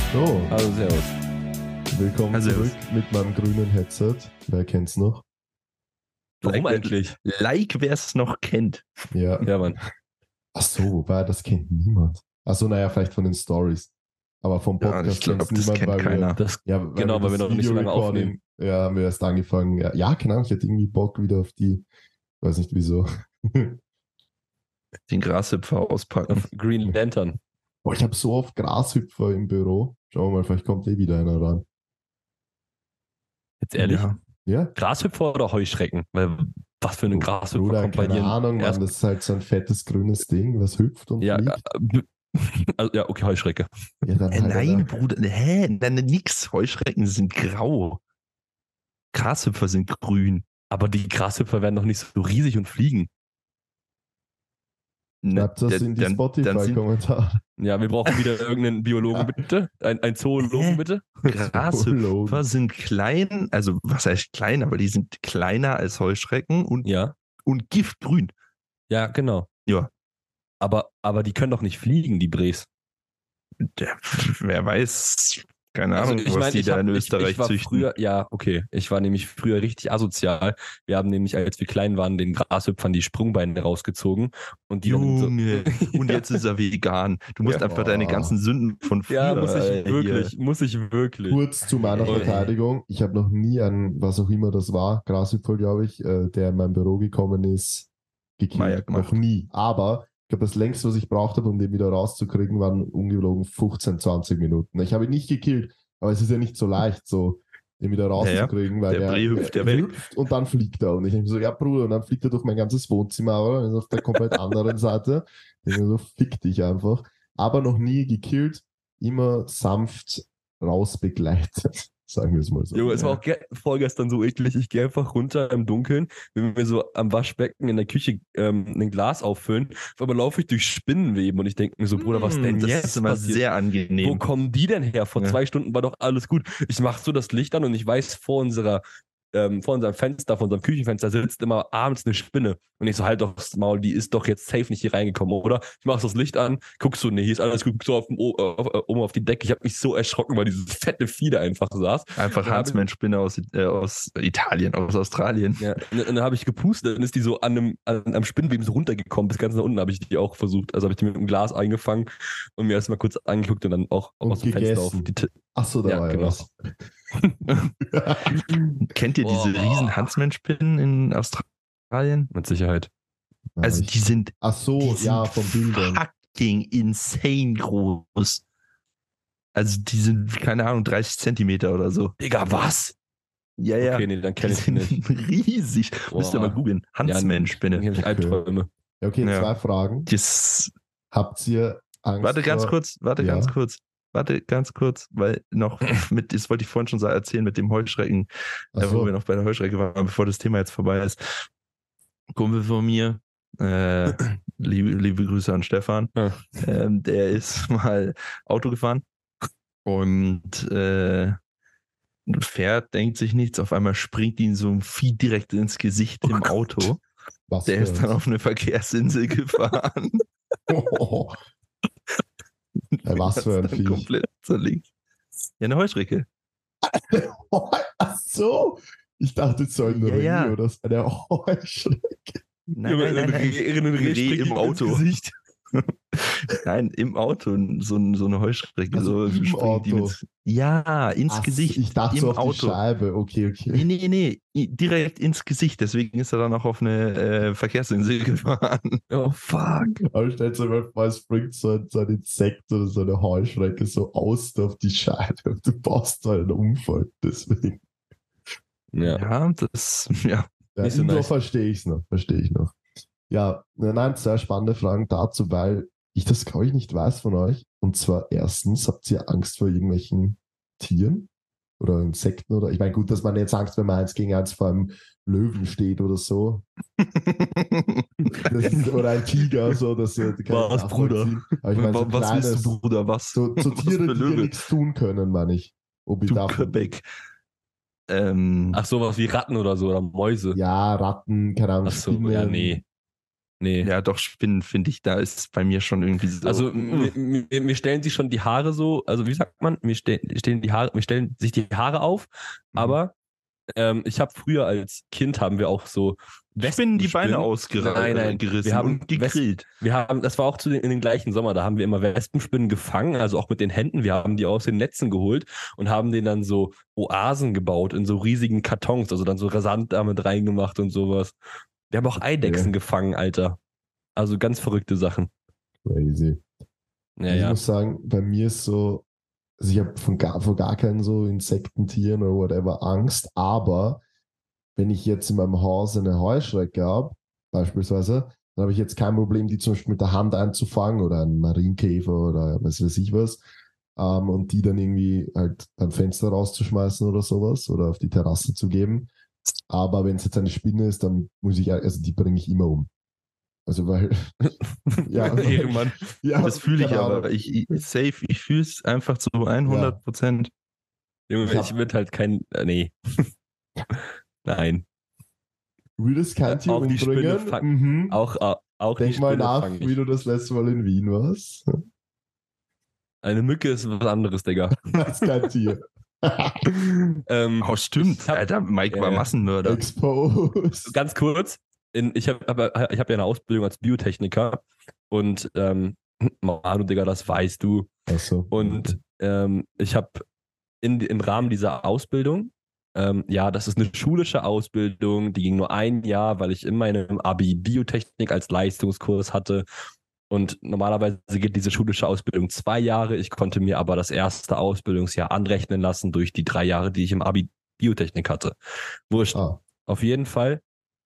So, Also servus. willkommen Also, zurück mit meinem grünen Headset. Wer kennt's noch? Warum Like, eigentlich? wer es noch kennt. Ja. Ja, Mann. Ach so, wobei, das kennt niemand. Ach so, naja, vielleicht von den Stories. Aber vom Ja, Podcast ich glaube, kennt's das niemand, kennt weil keiner. Das, wir, genau, weil wir das noch nicht so lange Video-Recording, aufnehmen. ja, haben wir erst angefangen. Ja, genau, ich hätte irgendwie Bock wieder auf die, weiß nicht wieso. Den Grashüpfer auspacken. Auf Green Lantern. Boah, ich habe so oft Grashüpfer im Büro. Schauen wir mal, vielleicht kommt wieder einer ran. Jetzt ehrlich? Ja. Ja? Grashüpfer oder Heuschrecken? Weil was für ein Grashüpfer Bruder, kommt bei keine dir Ahnung, Mann, erst? das ist halt so ein fettes grünes Ding, was hüpft und Ja, fliegt. also, ja, okay, Heuschrecke. Ja, dann halt Nein, einer- Bruder. Nein, nix. Heuschrecken sind grau. Grashüpfer sind grün. Aber die Grashüpfer werden doch nicht so riesig und fliegen. Schreibt das in die Dann sind, Spotify-Kommentare. Ja, wir brauchen wieder irgendeinen Biologen, bitte. Ein Zoologen, Hä? bitte. Grashüpfer sind klein, also was heißt klein, aber die sind kleiner als Heuschrecken und Ja, giftgrün. ja, genau. Ja. Aber die können doch nicht fliegen, die Bres. Wer weiß, keine Also Ahnung, ich was meine, die da in Österreich ich war züchten. früher, ja, okay, ich war nämlich früher richtig asozial. Wir haben nämlich, als wir klein waren, den Grashüpfern die Sprungbeine rausgezogen und die dann Junge, so, und jetzt ist er vegan. Du musst Ja. einfach deine ganzen Sünden von früher ja, muss ich hier. wirklich. Kurz zu meiner Ey. Verteidigung. Ich habe noch nie einen, was auch immer das war, Grashüpfer, glaube ich, der in mein Büro gekommen ist, Meier gekillt. gemacht. Noch nie. Aber ich glaube, das längste, was ich braucht habe, um den wieder rauszukriegen, waren ungelogen 15, 20 Minuten. Ich habe ihn nicht gekillt, aber es ist ja nicht so leicht, so den wieder rauszukriegen, weil der Brei hüpft ja weg. hüpft und dann fliegt er. Und ich denke so, ja Bruder, und dann fliegt er durch mein ganzes Wohnzimmer, oder? Und ist auf der komplett anderen Seite. Ich denke so, fick dich einfach. Aber noch nie gekillt, immer sanft rausbegleitet. Sagen wir es mal so. Junge, es war auch vorgestern so eklig. Ich gehe einfach runter im Dunkeln, wenn wir so am Waschbecken in der Küche ein Glas auffüllen. Auf einmal laufe ich durch Spinnenweben und ich denke mir so, Bruder, was denn das jetzt ist immer passiert? sehr Wo angenehm. kommen die denn her? Vor Ja. 2 Stunden war doch alles gut. Ich mache so das Licht an und ich weiß, vor unserem Fenster, vor unserem Küchenfenster sitzt immer abends eine Spinne. Und ich so, halt doch das Maul, die ist doch jetzt safe nicht hier reingekommen, oder? Ich mache das Licht an, guckst so, nee, hier ist alles gut, guck so oben auf die Decke. Ich habe mich so erschrocken, weil dieses fette Vieh da einfach saß. Einfach Dann hab ich- Huntsman-Spinne aus Italien, aus Australien. Ja, und dann habe ich gepustet, dann ist die so am Spinnenweben so runtergekommen, bis ganz nach unten habe ich die auch versucht. Also habe ich die mit dem Glas eingefangen und mir erstmal kurz angeguckt und dann auch Und aus dem Fenster auf gegessen. die Achso, da Ja, war ja genau. was. Kennt ihr diese Boah. riesen Huntsman-Spinnen in Australien? mit Sicherheit. Also die sind, Ach so, die ja, sind von Bildern. fucking insane groß. Also die sind, keine Ahnung, 30 Zentimeter oder so. Digga, was? Ja, ja. Okay, nee, dann Die kenne ich die nicht. sind riesig. Müsst ihr Boah. mal googeln. Hier Huntsman-Spinne. habe ich Albträume. Ja, okay, Ja. 2 Fragen. Das, Habt ihr Angst warte ganz vor- kurz, Warte ganz kurz, weil noch das wollte ich vorhin schon erzählen mit dem Heuschrecken, Ach wo so. wir noch bei der Heuschrecke waren, bevor das Thema jetzt vorbei ist. Kumpel von mir, liebe Grüße an Stefan, Ja. der ist mal Auto gefahren und fährt, denkt sich nichts, auf einmal springt ihm so ein Vieh direkt ins Gesicht im Gott. Auto. Was Der für ist dann eins? auf eine Verkehrsinsel gefahren. Oh. Ja, was für ein Hat's dann Viech. komplett zerlegt. Ja, eine Heuschrecke. Ach so. Ich dachte, es soll ein Ja, Reh ja. oder so. Eine Heuschrecke. Nein. Ein Reh Reh im im Auto. Auto. Gesicht. Nein, im Auto, so eine Heuschrecke. Also so im springt die Auto. mit. Ja, ins Ach, Gesicht. ich dachte im so auf die Auto. Scheibe. Okay. Nee, direkt ins Gesicht. Deswegen ist er dann auch auf eine Verkehrsinsel gefahren. Oh, fuck. Aber stellt euch mal vor, es springt so ein Insekt oder so eine Heuschrecke so aus auf die Scheibe und du baust da einen Unfall. Deswegen. Ja. Ja, das, ja. Ja, Nicht so Indoor nice. verstehe ich noch. Ja, nein, sehr spannende Fragen dazu, weil ich das, glaube ich, nicht weiß von euch. Und zwar erstens, habt ihr Angst vor irgendwelchen Tieren oder Insekten? Oder ich meine, gut, dass man jetzt Angst, wenn man 1 gegen 1 vor einem Löwen steht oder so. Oder ein Tiger, so, das kann ich Was, Bruder? nachvollziehen. Aber ich meine, so Was willst kleines, du, Bruder? Was? so Was Tiere, für die dir Löwe? nichts tun können, meine ich. Ob ich Du davon, Köpek. Ach, sowas wie Ratten oder so oder Mäuse. ja, Ratten, keine Ahnung, Ach so, Spinnen, ja, nee. Nee. Ja, doch, Spinnen finde ich, da ist bei mir schon irgendwie so. Also mir stellen sich schon die Haare so, also wie sagt man, mir stellen sich die Haare auf, aber ich habe früher als Kind haben wir auch so Spinnen die Beine Nein, ausgerissen wir haben und gegrillt. das war auch in den gleichen Sommer, da haben wir immer Wespenspinnen gefangen, also auch mit den Händen, wir haben die aus den Netzen geholt und haben denen dann so Oasen gebaut in so riesigen Kartons, also dann so Sand damit reingemacht und sowas. Wir haben auch Eidechsen gefangen, Alter. Also ganz verrückte Sachen. Crazy. Ja, Ich ja. muss sagen, bei mir ist so, also ich habe vor gar keinen so Insektentieren oder whatever Angst, aber wenn ich jetzt in meinem Haus eine Heuschrecke habe, beispielsweise, dann habe ich jetzt kein Problem, die zum Beispiel mit der Hand einzufangen oder einen Marienkäfer oder was weiß ich was, und die dann irgendwie halt beim Fenster rauszuschmeißen oder sowas oder auf die Terrasse zu geben. Aber wenn es jetzt eine Spinne ist, dann muss ich, also die bringe ich immer um. Also weil, ja, Ehrenmann. ja, Das fühle ich keine aber. Ahnung. Ich fühle es einfach zu 100%. Junge, ich würde halt nee. Nein. Würdest kein Tier Auch die Spinne umbringen? fangen. Mhm. Auch die Denk mal Spinne nach, fange wie ich. du das letzte Mal in Wien warst. Eine Mücke ist was anderes, Digga. Das ist kein Tier. Oh, stimmt. Alter, Mike war Massenmörder. Exposed. Ganz kurz, ich hab ja eine Ausbildung als Biotechniker und Manu, Digga, das weißt du. Achso. Und ich habe im Rahmen dieser Ausbildung, ja, das ist eine schulische Ausbildung, die ging nur ein Jahr, weil ich in meinem Abi Biotechnik als Leistungskurs hatte. Und normalerweise geht diese schulische Ausbildung 2 Jahre. Ich konnte mir aber das erste Ausbildungsjahr anrechnen lassen durch die 3 Jahre, die ich im Abi Biotechnik hatte. Wurscht. Auf jeden Fall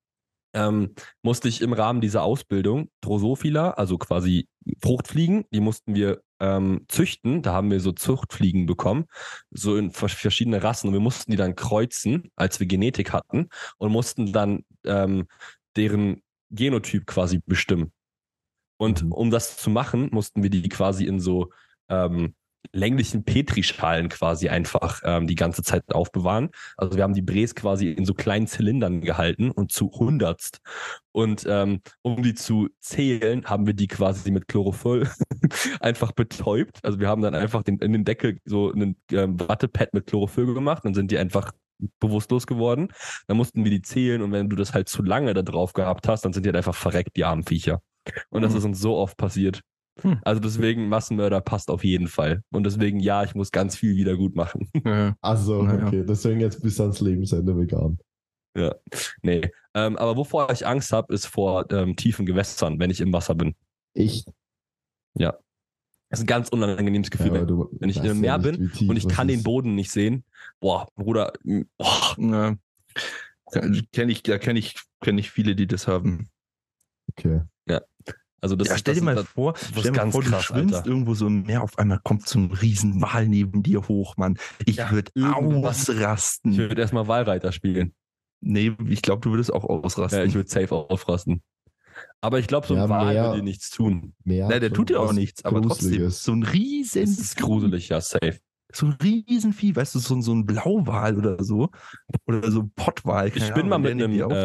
musste ich im Rahmen dieser Ausbildung Drosophila, also quasi Fruchtfliegen, die mussten wir züchten. Da haben wir so Zuchtfliegen bekommen, so in verschiedene Rassen. Und wir mussten die dann kreuzen, als wir Genetik hatten, und mussten dann deren Genotyp quasi bestimmen. Und um das zu machen, mussten wir die quasi in so länglichen Petrischalen quasi einfach die ganze Zeit aufbewahren. Also wir haben die Bres quasi in so kleinen Zylindern gehalten und zu Hundertst. Und um die zu zählen, haben wir die quasi mit Chlorophyll einfach betäubt. Also wir haben dann einfach in den Deckel so einen Wattepad mit Chlorophyll gemacht, dann sind die einfach bewusstlos geworden. Dann mussten wir die zählen und wenn du das halt zu lange da drauf gehabt hast, dann sind die halt einfach verreckt, die armen Viecher. Und das ist uns so oft passiert. Also deswegen, Massenmörder passt auf jeden Fall. Und deswegen, ja, ich muss ganz viel wieder gut machen. Ja. Also, okay. Deswegen jetzt bis ans Lebensende vegan. Ja, nee. Aber wovor ich Angst habe, ist vor tiefen Gewässern, wenn ich im Wasser bin. Echt? Ja. Das ist ein ganz unangenehmes Gefühl, wenn ich im Meer bin und ich kann den Boden nicht sehen. Boah, Bruder. Boah. Ja. Da kenne ich viele, die das haben. Okay. Ja. Also das stell dir mal vor, du schwimmst Alter. Irgendwo so im Meer, auf einmal kommt so ein riesen Wal neben dir hoch, Mann. Ich würde ausrasten. Ich würde erstmal Walreiter spielen. Nee, ich glaube, du würdest auch ausrasten. Ja, ich würde safe ausrasten. Aber ich glaube, so ein Wal würde dir nichts tun. Nein, der tut dir auch nichts, aber trotzdem, so ein riesen... Das ist gruselig, ja, safe. So ein Riesenvieh, weißt du, so ein Blauwal oder so. Oder so ein Pottwal. Ich bin mal mit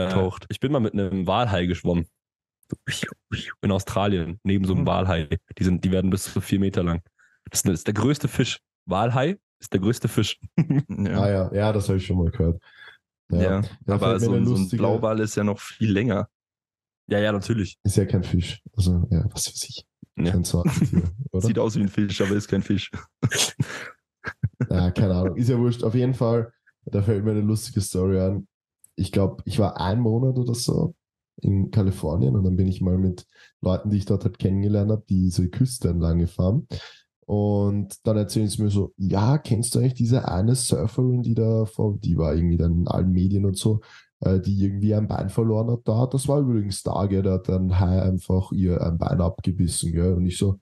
einem Walhai geschwommen. In Australien, neben so einem Walhai. Die werden bis zu 4 Meter lang. Das ist der größte Fisch. Walhai ist der größte Fisch. Ja, das habe ich schon mal gehört. Ja, aber so ein Blauwal ist ja noch viel länger. Ja, natürlich. Ist ja kein Fisch. Also, ja, was weiß ich. Ja. Kein Sortentier, oder? Sieht aus wie ein Fisch, aber ist kein Fisch. Ja, keine Ahnung. Ist ja wurscht. Auf jeden Fall, da fällt mir eine lustige Story an. Ich glaube, ich war 1 Monat oder so in Kalifornien und dann bin ich mal mit Leuten, die ich dort halt kennengelernt habe, diese Küste entlang gefahren. Und dann erzählen sie mir so, ja, kennst du eigentlich diese eine Surferin, die war irgendwie dann in allen Medien und so, die irgendwie ein Bein verloren hat da? Das war übrigens da, gell, da hat dann Hai einfach ihr ein Bein abgebissen, gell? Und ich so,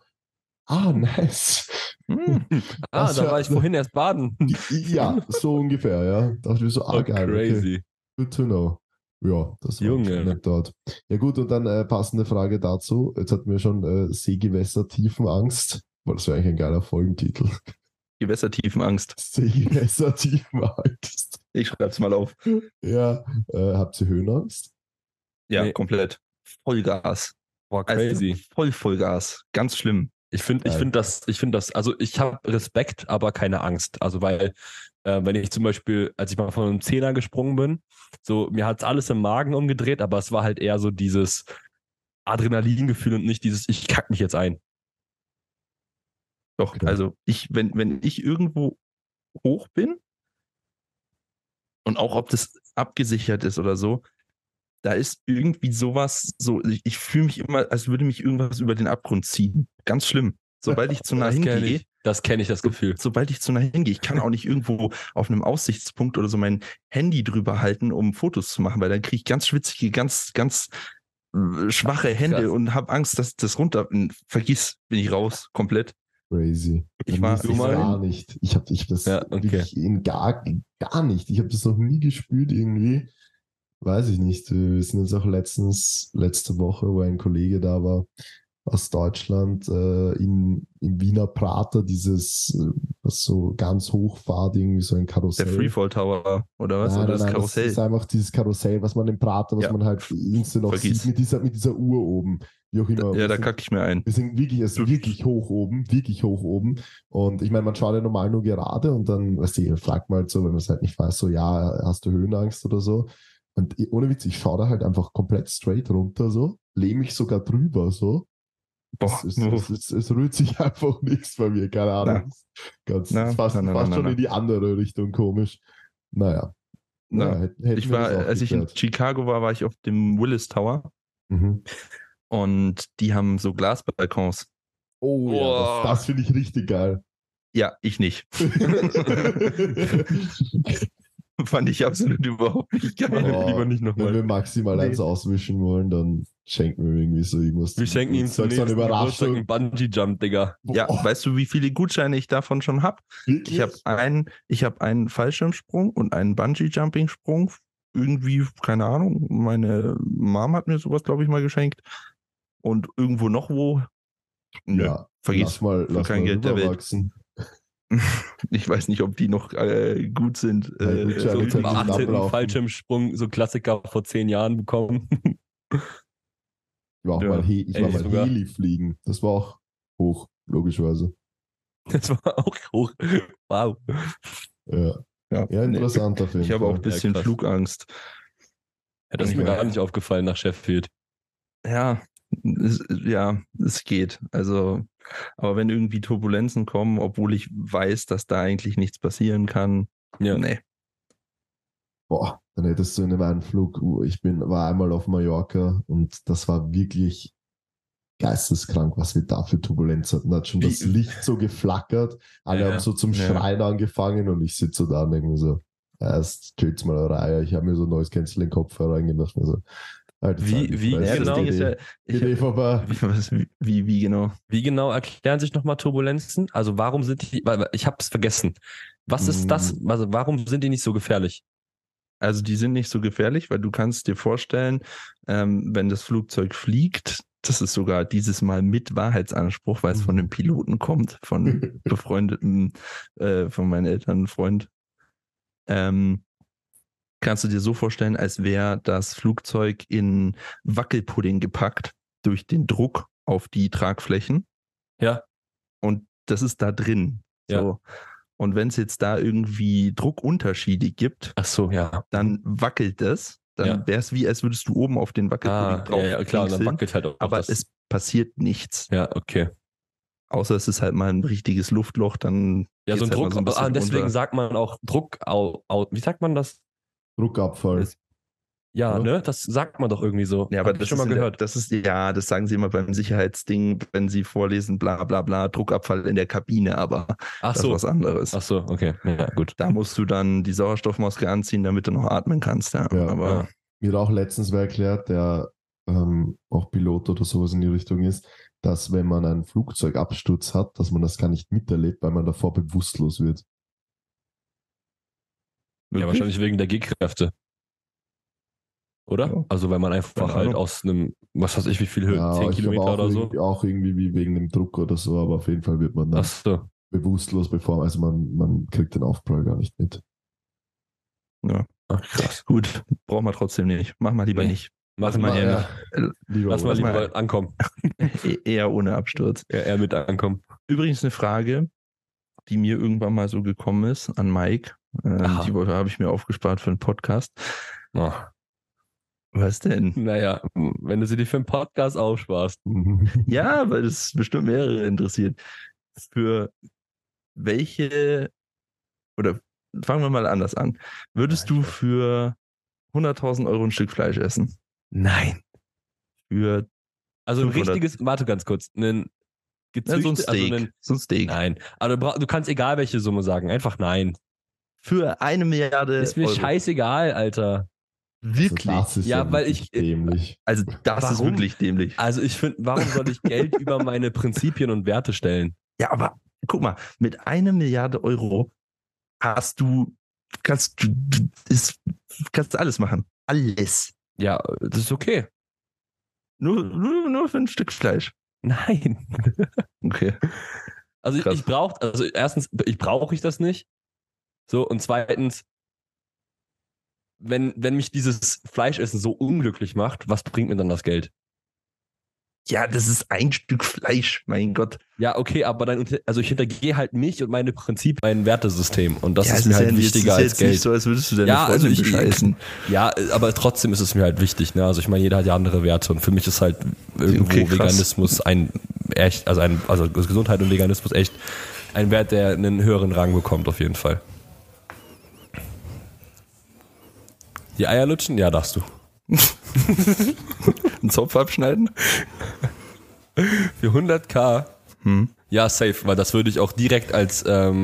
nice. Da war ich vorhin erst baden. Ja, so ungefähr, ja. Da dachte ich so, geil, crazy. Okay. Good to know. Ja, das war nicht dort. Ja gut, und dann passende Frage dazu. Jetzt hatten wir schon Seegewässer-Tiefenangst. Das wäre eigentlich ein geiler Folgentitel. Gewässertiefenangst. Seegewässer-Tiefenangst. Ich schreib's mal auf. Ja, habt ihr Höhenangst? Ja, nee. Komplett. Vollgas. Boah, Also crazy. Vollgas. Ganz schlimm. Ich finde das, also ich habe Respekt, aber keine Angst. Also weil, wenn ich zum Beispiel, als ich mal von einem Zehner gesprungen bin, so, mir hat es alles im Magen umgedreht, aber es war halt eher so dieses Adrenalingefühl und nicht dieses, ich kack mich jetzt ein. Doch, Okay. also wenn ich irgendwo hoch bin und auch ob das abgesichert ist oder so, da ist irgendwie sowas, so, ich fühle mich immer, als würde mich irgendwas über den Abgrund ziehen. Ganz schlimm. Sobald ich zu nah hingehe, Das kenne ich, das Gefühl. sobald ich zu nah hingehe, ich kann auch nicht irgendwo auf einem Aussichtspunkt oder so mein Handy drüber halten, um Fotos zu machen, weil dann kriege ich ganz schwitzige, ganz schwache Hände Krass. und habe Angst, dass das runter. Vergiss, bin ich raus, komplett. Crazy. Ich Bei mir war- ist du das mal- gar nicht. Ich habe das Ja, okay. wirklich gar nicht. Ich habe das noch nie gespürt irgendwie. Weiß ich nicht. Wir sind jetzt auch letzte Woche, wo ein Kollege da war aus Deutschland, im Wiener Prater, was so ganz hoch fahrt, irgendwie so ein Der Karussell. Freefall Tower oder was? Nein, Oder nein, das nein, Karussell? das ist einfach dieses Karussell, was man im Prater, was Ja. man halt instant noch Vergiss. sieht, mit dieser Uhr oben. Wie auch immer. Ja, da kacke ich mir ein. Wir sind wirklich, es ist wirklich hoch oben. Und ich meine, man schaut ja normal nur gerade und dann, weißt du, fragt man halt so, wenn man es halt nicht weiß, so, ja, hast du Höhenangst oder so? Und ohne Witz, ich schaue da halt einfach komplett straight runter, so, lehne mich sogar drüber, so. Boah, Es rührt sich einfach nichts bei mir, keine Ahnung. Das ist fast schon in die andere Richtung komisch. Naja. Hätten ich wir war, das auch als ich in geklärt. Chicago war ich auf dem Willis Tower Mhm. und die haben so Glasbalkons. Oh ja, Oh. das finde ich richtig geil. Ja, ich nicht. Fand ich absolut überhaupt nicht geil. Oh, Lieber nicht wenn nochmal. wir maximal eins auswischen wollen, dann schenken wir irgendwie so irgendwas. Wir schenken ihm zum so eine nächsten Geburtstag Überraschung. einen Bungee-Jump, Digga. Ja, Boah, weißt du, wie viele Gutscheine ich davon schon habe? wirklich? Ich habe einen Fallschirmsprung und einen Bungee-Jumping-Sprung. Irgendwie, keine Ahnung, meine Mom hat mir sowas, glaube ich, mal geschenkt. Und irgendwo noch wo. Nö, Ja, vergiss. lass kein mal Geld der Welt. rüberwachsen. Ich weiß nicht, ob die noch gut sind. Ja, Gutscheine So können zum nicht 18. ablaufen. Fallschirmsprung, so Klassiker vor 10 Jahren bekommen. Ich war auch Ja, mal, ey, sogar. Heli fliegen. Das war auch hoch, logischerweise. Das war auch hoch. Wow. Ja, Ja, ja interessant auf jeden Ich habe auch ein Fall. bisschen krass. Flugangst. Ja, das ist mir gar nicht aufgefallen nach Sheffield. Ja, es geht. Also, aber wenn irgendwie Turbulenzen kommen, obwohl ich weiß, dass da eigentlich nichts passieren kann, Ja. nee. Boah, dann hättest du in einem Flug, war einmal auf Mallorca und das war wirklich geisteskrank, was wir da für Turbulenz hatten. Da hat schon das Licht so geflackert, alle Ja, haben so zum ja. Schreien angefangen und ich sitze so da und denke mir so, erst töt's mal eine Reihe. Ich habe mir so ein neues Cancel in den Kopf reingemacht. Also, halt Wie Ja, das genau? Ding ist ja, Idee vorbei. wie genau? Wie genau erklären sich nochmal Turbulenzen? Also warum sind die, weil ich habe es vergessen. Was ist das? Also warum sind die nicht so gefährlich? Also die sind nicht so gefährlich, weil du kannst dir vorstellen, wenn das Flugzeug fliegt, das ist sogar dieses Mal mit Wahrheitsanspruch, weil es von dem Piloten kommt, von befreundeten, von meinen Eltern, ein Freund. Kannst du dir so vorstellen, als wäre das Flugzeug in Wackelpudding gepackt durch den Druck auf die Tragflächen. Ja. Und das ist da drin. Ja. So. Und wenn es jetzt da irgendwie Druckunterschiede gibt, Ach so, ja. dann wackelt das. Dann Ja. wäre es wie, als würdest du oben auf den Wackelpudding drauf. Ja, klar, und dann pingseln. wackelt halt auch Aber das. es passiert nichts. Ja, okay. Außer es ist halt mal ein richtiges Luftloch, dann Ja, so ein geht's halt Druck, mal bisschen deswegen runter. sagt man auch Druck, wie sagt man das? Druckabfall. Ja, Oder? ne? Das sagt man doch irgendwie so. Ja, aber Hab ich das schon mal ist gehört. das sagen sie immer beim Sicherheitsding, wenn sie vorlesen, bla bla bla, Druckabfall in der Kabine, aber Ach das so. ist was anderes. Ach so, okay. Ja, gut. Da musst du dann die Sauerstoffmaske anziehen, damit du noch atmen kannst. Ja. Ja, Aber ja. Mir hat auch letztens wer erklärt, der auch Pilot oder sowas in die Richtung ist, dass wenn man einen Flugzeugabsturz hat, dass man das gar nicht miterlebt, weil man davor bewusstlos wird. Ja, wirklich? wahrscheinlich wegen der G-Kräfte. Oder? Ja. Also wenn man einfach Keine halt Ahnung. aus einem, was weiß ich, wie viel Höhe, Ja, 10 ich glaube Kilometer oder so. auch irgendwie wie wegen dem Druck oder so, aber auf jeden Fall wird man dann Ach so. bewusstlos, also man kriegt den Aufprall gar nicht mit. Ja. Ach, krass. Gut, braucht man trotzdem nicht. Mach mal lieber Nee. nicht. Machen mal wir ja ja. Lieber Lass mal Lass mal- lieber ankommen. eher ohne Absturz. Ja, eher mit ankommen. Übrigens eine Frage, die mir irgendwann mal so gekommen ist an Mike. Aha. Die habe ich mir aufgespart für einen Podcast. Oh. Was denn? Naja, wenn du sie dir für einen Podcast aufsparst. Ja, weil das bestimmt mehrere interessiert. Für welche, oder fangen wir mal anders an. Würdest du für 100.000 Euro ein Stück Fleisch essen? Nein. Für Also ein 500. richtiges, warte ganz kurz, ein so ein gezüchtet, Steak. also So ein Steak. nein. Also du kannst egal welche Summe sagen, einfach nein. Für 1 Milliarde Ist mir Euro. scheißegal, Alter. Wirklich? Also das ist Ja, weil wirklich ich- dämlich. Also das ist Warum? wirklich dämlich. Also ich finde, warum soll ich Geld über meine Prinzipien und Werte stellen? Ja, aber guck mal, mit 1 Milliarde Euro kannst du alles machen. Alles. Ja, das ist okay. Nur für ein Stück Fleisch. Nein. Okay. Also Krass. ich brauche, also erstens, brauche ich das nicht. So, und zweitens, wenn mich dieses Fleischessen so unglücklich macht, was bringt mir dann das Geld? Ja, das ist ein Stück Fleisch, mein Gott. Ja, okay, aber dann, also ich hintergehe halt mich und meine Prinzipien, mein Wertesystem. Und das ja, ist es mir ja halt jetzt- wichtiger es ist als jetzt Geld. nicht so, als würdest du deine Ja, also Freundin ich- bescheißen. Ja, aber trotzdem ist es mir halt wichtig. Ne? Also ich meine, jeder hat ja andere Werte und für mich ist halt irgendwo Okay, krass. Veganismus also Gesundheit und Veganismus echt ein Wert, der einen höheren Rang bekommt auf jeden Fall. Die Eier lutschen? Ja, darfst du. Einen Zopf abschneiden? Für 100.000? Hm. Ja, safe, weil das würde ich auch direkt als,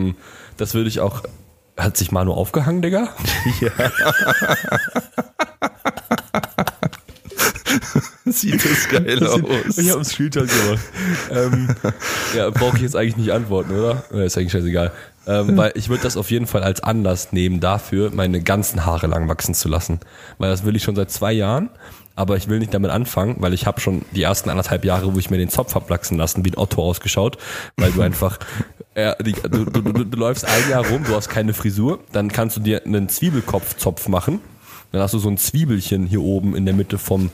hat sich Manu aufgehangen, Digga? Ja. Sieht das geil aus. Ich habe einen Screenshot gemacht. Ja, brauche ich jetzt eigentlich nicht antworten, oder? Ja, ist eigentlich scheißegal. Weil ich würde das auf jeden Fall als Anlass nehmen dafür, meine ganzen Haare lang wachsen zu lassen. Weil das will ich schon seit 2 Jahren, aber ich will nicht damit anfangen, weil ich habe schon die ersten 1,5 Jahre, wo ich mir den Zopf hab wachsen lassen, wie ein Otto ausgeschaut, weil du einfach, du läufst 1 Jahr rum, du hast keine Frisur, dann kannst du dir einen Zwiebelkopfzopf machen, dann hast du so ein Zwiebelchen hier oben in der Mitte von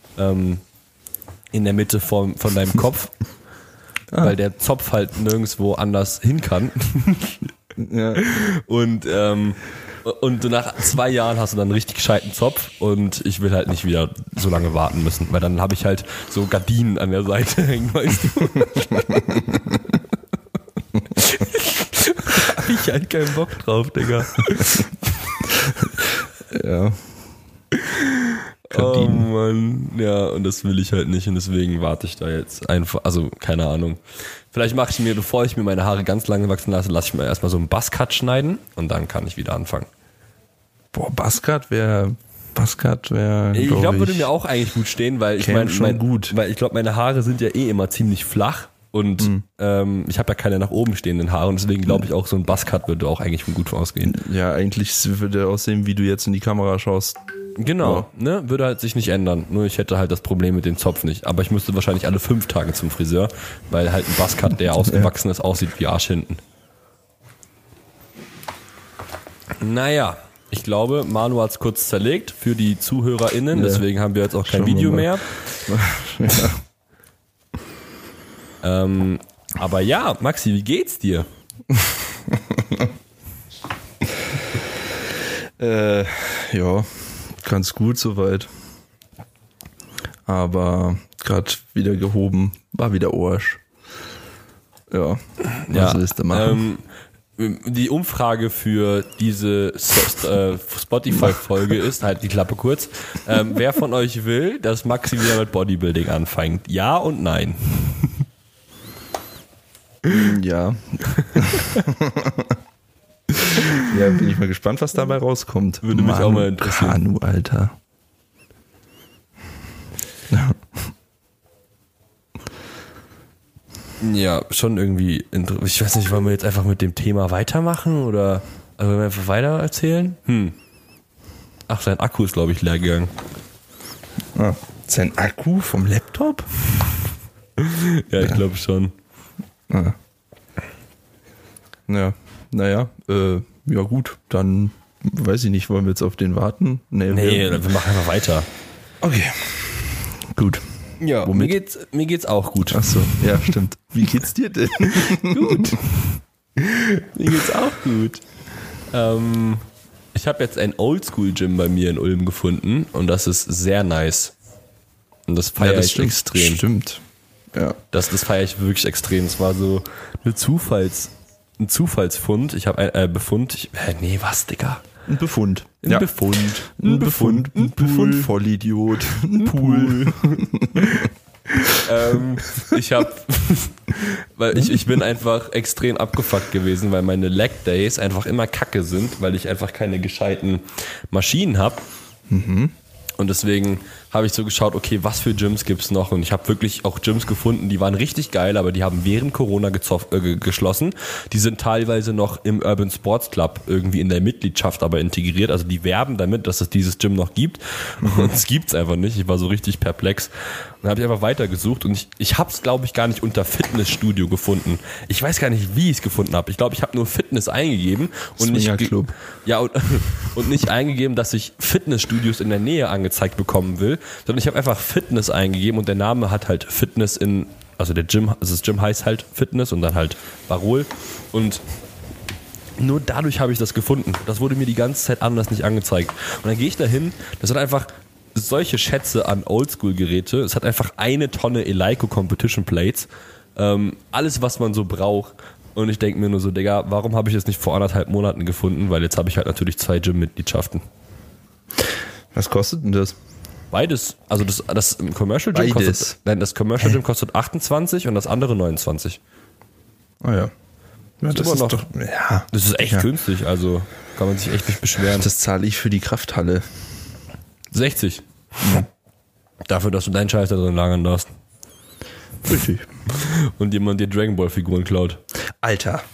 deinem Kopf, weil der Zopf halt nirgendwo anders hin kann. Ja. Und nach 2 Jahren hast du dann einen richtig gescheiten Zopf und ich will halt nicht wieder so lange warten müssen, weil dann habe ich halt so Gardinen an der Seite hängen, weißt du. Da hab ich halt keinen Bock drauf, Digga. Ja. Oh Mann, ja, und das will ich halt nicht und deswegen warte ich da jetzt einfach, also keine Ahnung. Vielleicht mache ich mir, bevor ich mir meine Haare ganz lange wachsen lasse, ich mir erstmal so einen Buzzcut schneiden und dann kann ich wieder anfangen. Boah, Buzzcut wäre, Ich glaube, würde mir auch eigentlich gut stehen, weil ich meine, schon gut. weil ich glaube, meine Haare sind ja eh immer ziemlich flach und ich habe ja keine nach oben stehenden Haare und deswegen glaube ich auch, so ein Buzzcut würde auch eigentlich gut ausgehen. Ja, eigentlich würde aussehen, wie du jetzt in die Kamera schaust. Genau, ne, würde halt sich nicht ändern. Nur ich hätte halt das Problem mit dem Zopf nicht. Aber ich müsste wahrscheinlich alle 5 Tage zum Friseur, weil halt ein Buzzcut, der ausgewachsen ist, aussieht wie Arsch hinten. Naja, ich glaube, Manu hat es kurz zerlegt für die ZuhörerInnen, Ja. deswegen haben wir jetzt auch kein Schauen wir Video mal. mehr. Ja. Aber ja, Maxi, wie geht's dir? Ja, ganz gut soweit. Aber gerade wieder gehoben, war wieder Arsch. Ja, was willst du machen? Die Umfrage für diese Spotify-Folge ist, halt die Klappe kurz, wer von euch will, dass Maxi wieder mit Bodybuilding anfängt? Ja und nein. Ja. Ja, bin ich mal gespannt, was dabei rauskommt. Würde mich auch mal interessieren. Kanu, Alter. Ja, schon irgendwie, ich weiß nicht, wollen wir jetzt einfach mit dem Thema weitermachen oder wollen wir einfach weiter erzählen? Ach, sein Akku ist, glaube ich, leer gegangen. Ah, sein Akku vom Laptop? Ja, ich glaube schon. Ah. Ja, naja, ja gut, dann weiß ich nicht, wollen wir jetzt auf den warten? Nee, wir machen einfach weiter. Okay. Gut. Ja, Womit? mir geht's auch gut. Achso, ja, stimmt. Wie geht's dir denn? Gut. Mir geht's auch gut. Ich habe jetzt ein Oldschool-Gym bei mir in Ulm gefunden und das ist sehr nice. Und das feiere ich extrem. Stimmt. Ja. Das feiere ich wirklich extrem. Es war so ein Zufallsfund. Ich habe Befund. Was, Digga? Ein Befund. Ein Befund. Ein Befund, Vollidiot. Ein Pool. Ich bin einfach extrem abgefuckt gewesen, weil meine Leg Days einfach immer kacke sind, weil ich einfach keine gescheiten Maschinen habe. Und deswegen habe ich so geschaut, okay, was für Gyms gibt's noch? Und ich habe wirklich auch Gyms gefunden, die waren richtig geil, aber die haben während Corona geschlossen. Die sind teilweise noch im Urban Sports Club irgendwie in der Mitgliedschaft aber integriert. Also die werben damit, dass es dieses Gym noch gibt. Und es gibt's einfach nicht. Ich war so richtig perplex. Dann habe ich einfach weitergesucht und ich habe es, glaube ich, gar nicht unter Fitnessstudio gefunden. Ich weiß gar nicht, wie ich es gefunden habe. Ich glaube, ich habe nur Fitness eingegeben und nicht eingegeben, dass ich Fitnessstudios in der Nähe angezeigt bekommen will, sondern ich habe einfach Fitness eingegeben und der Name hat halt Fitness das Gym heißt halt Fitness und dann halt Barol und nur dadurch habe ich das gefunden. Das wurde mir die ganze Zeit anders nicht angezeigt. Und dann gehe ich da hin, das sind einfach solche Schätze an Oldschool-Geräte. Es hat einfach 1 Tonne Eleiko Competition Plates. Alles, was man so braucht. Und ich denke mir nur so, Digga, warum habe ich das nicht vor 1,5 Monaten gefunden? Weil jetzt habe ich halt natürlich 2 Gym-Mitgliedschaften. Was kostet denn das? Beides. Also das Commercial Gym das Commercial Gym kostet 28 und das andere 29. Oh ja. Ja, das ist doch, ja. Das ist echt günstig, also kann man sich echt nicht beschweren. Das zahle ich für die Krafthalle. 60. Dafür, dass du deinen Scheiß da drin lagern darfst. Richtig. Und jemand dir Dragon Ball Figuren klaut. Alter.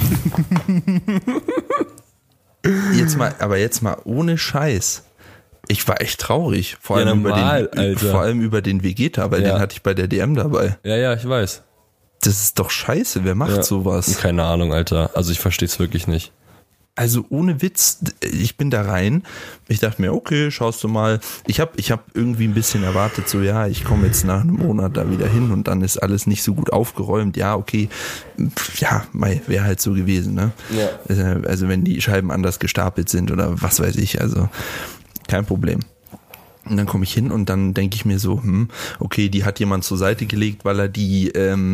Jetzt mal ohne Scheiß. Ich war echt traurig. Vor allem über den Vegeta, weil den hatte ich bei der DM dabei. Ja, ich weiß. Das ist doch scheiße. Wer macht sowas? Keine Ahnung, Alter. Also ich verstehe es wirklich nicht. Also ohne Witz, ich bin da rein. Ich dachte mir, okay, schaust du mal. Ich hab irgendwie ein bisschen erwartet, so ja, ich komme jetzt nach einem Monat da wieder hin und dann ist alles nicht so gut aufgeräumt. Ja, okay, ja, wäre halt so gewesen, ne? Ja. Also wenn die Scheiben anders gestapelt sind oder was weiß ich, also kein Problem. Und dann komme ich hin und dann denke ich mir so, okay, die hat jemand zur Seite gelegt, weil er die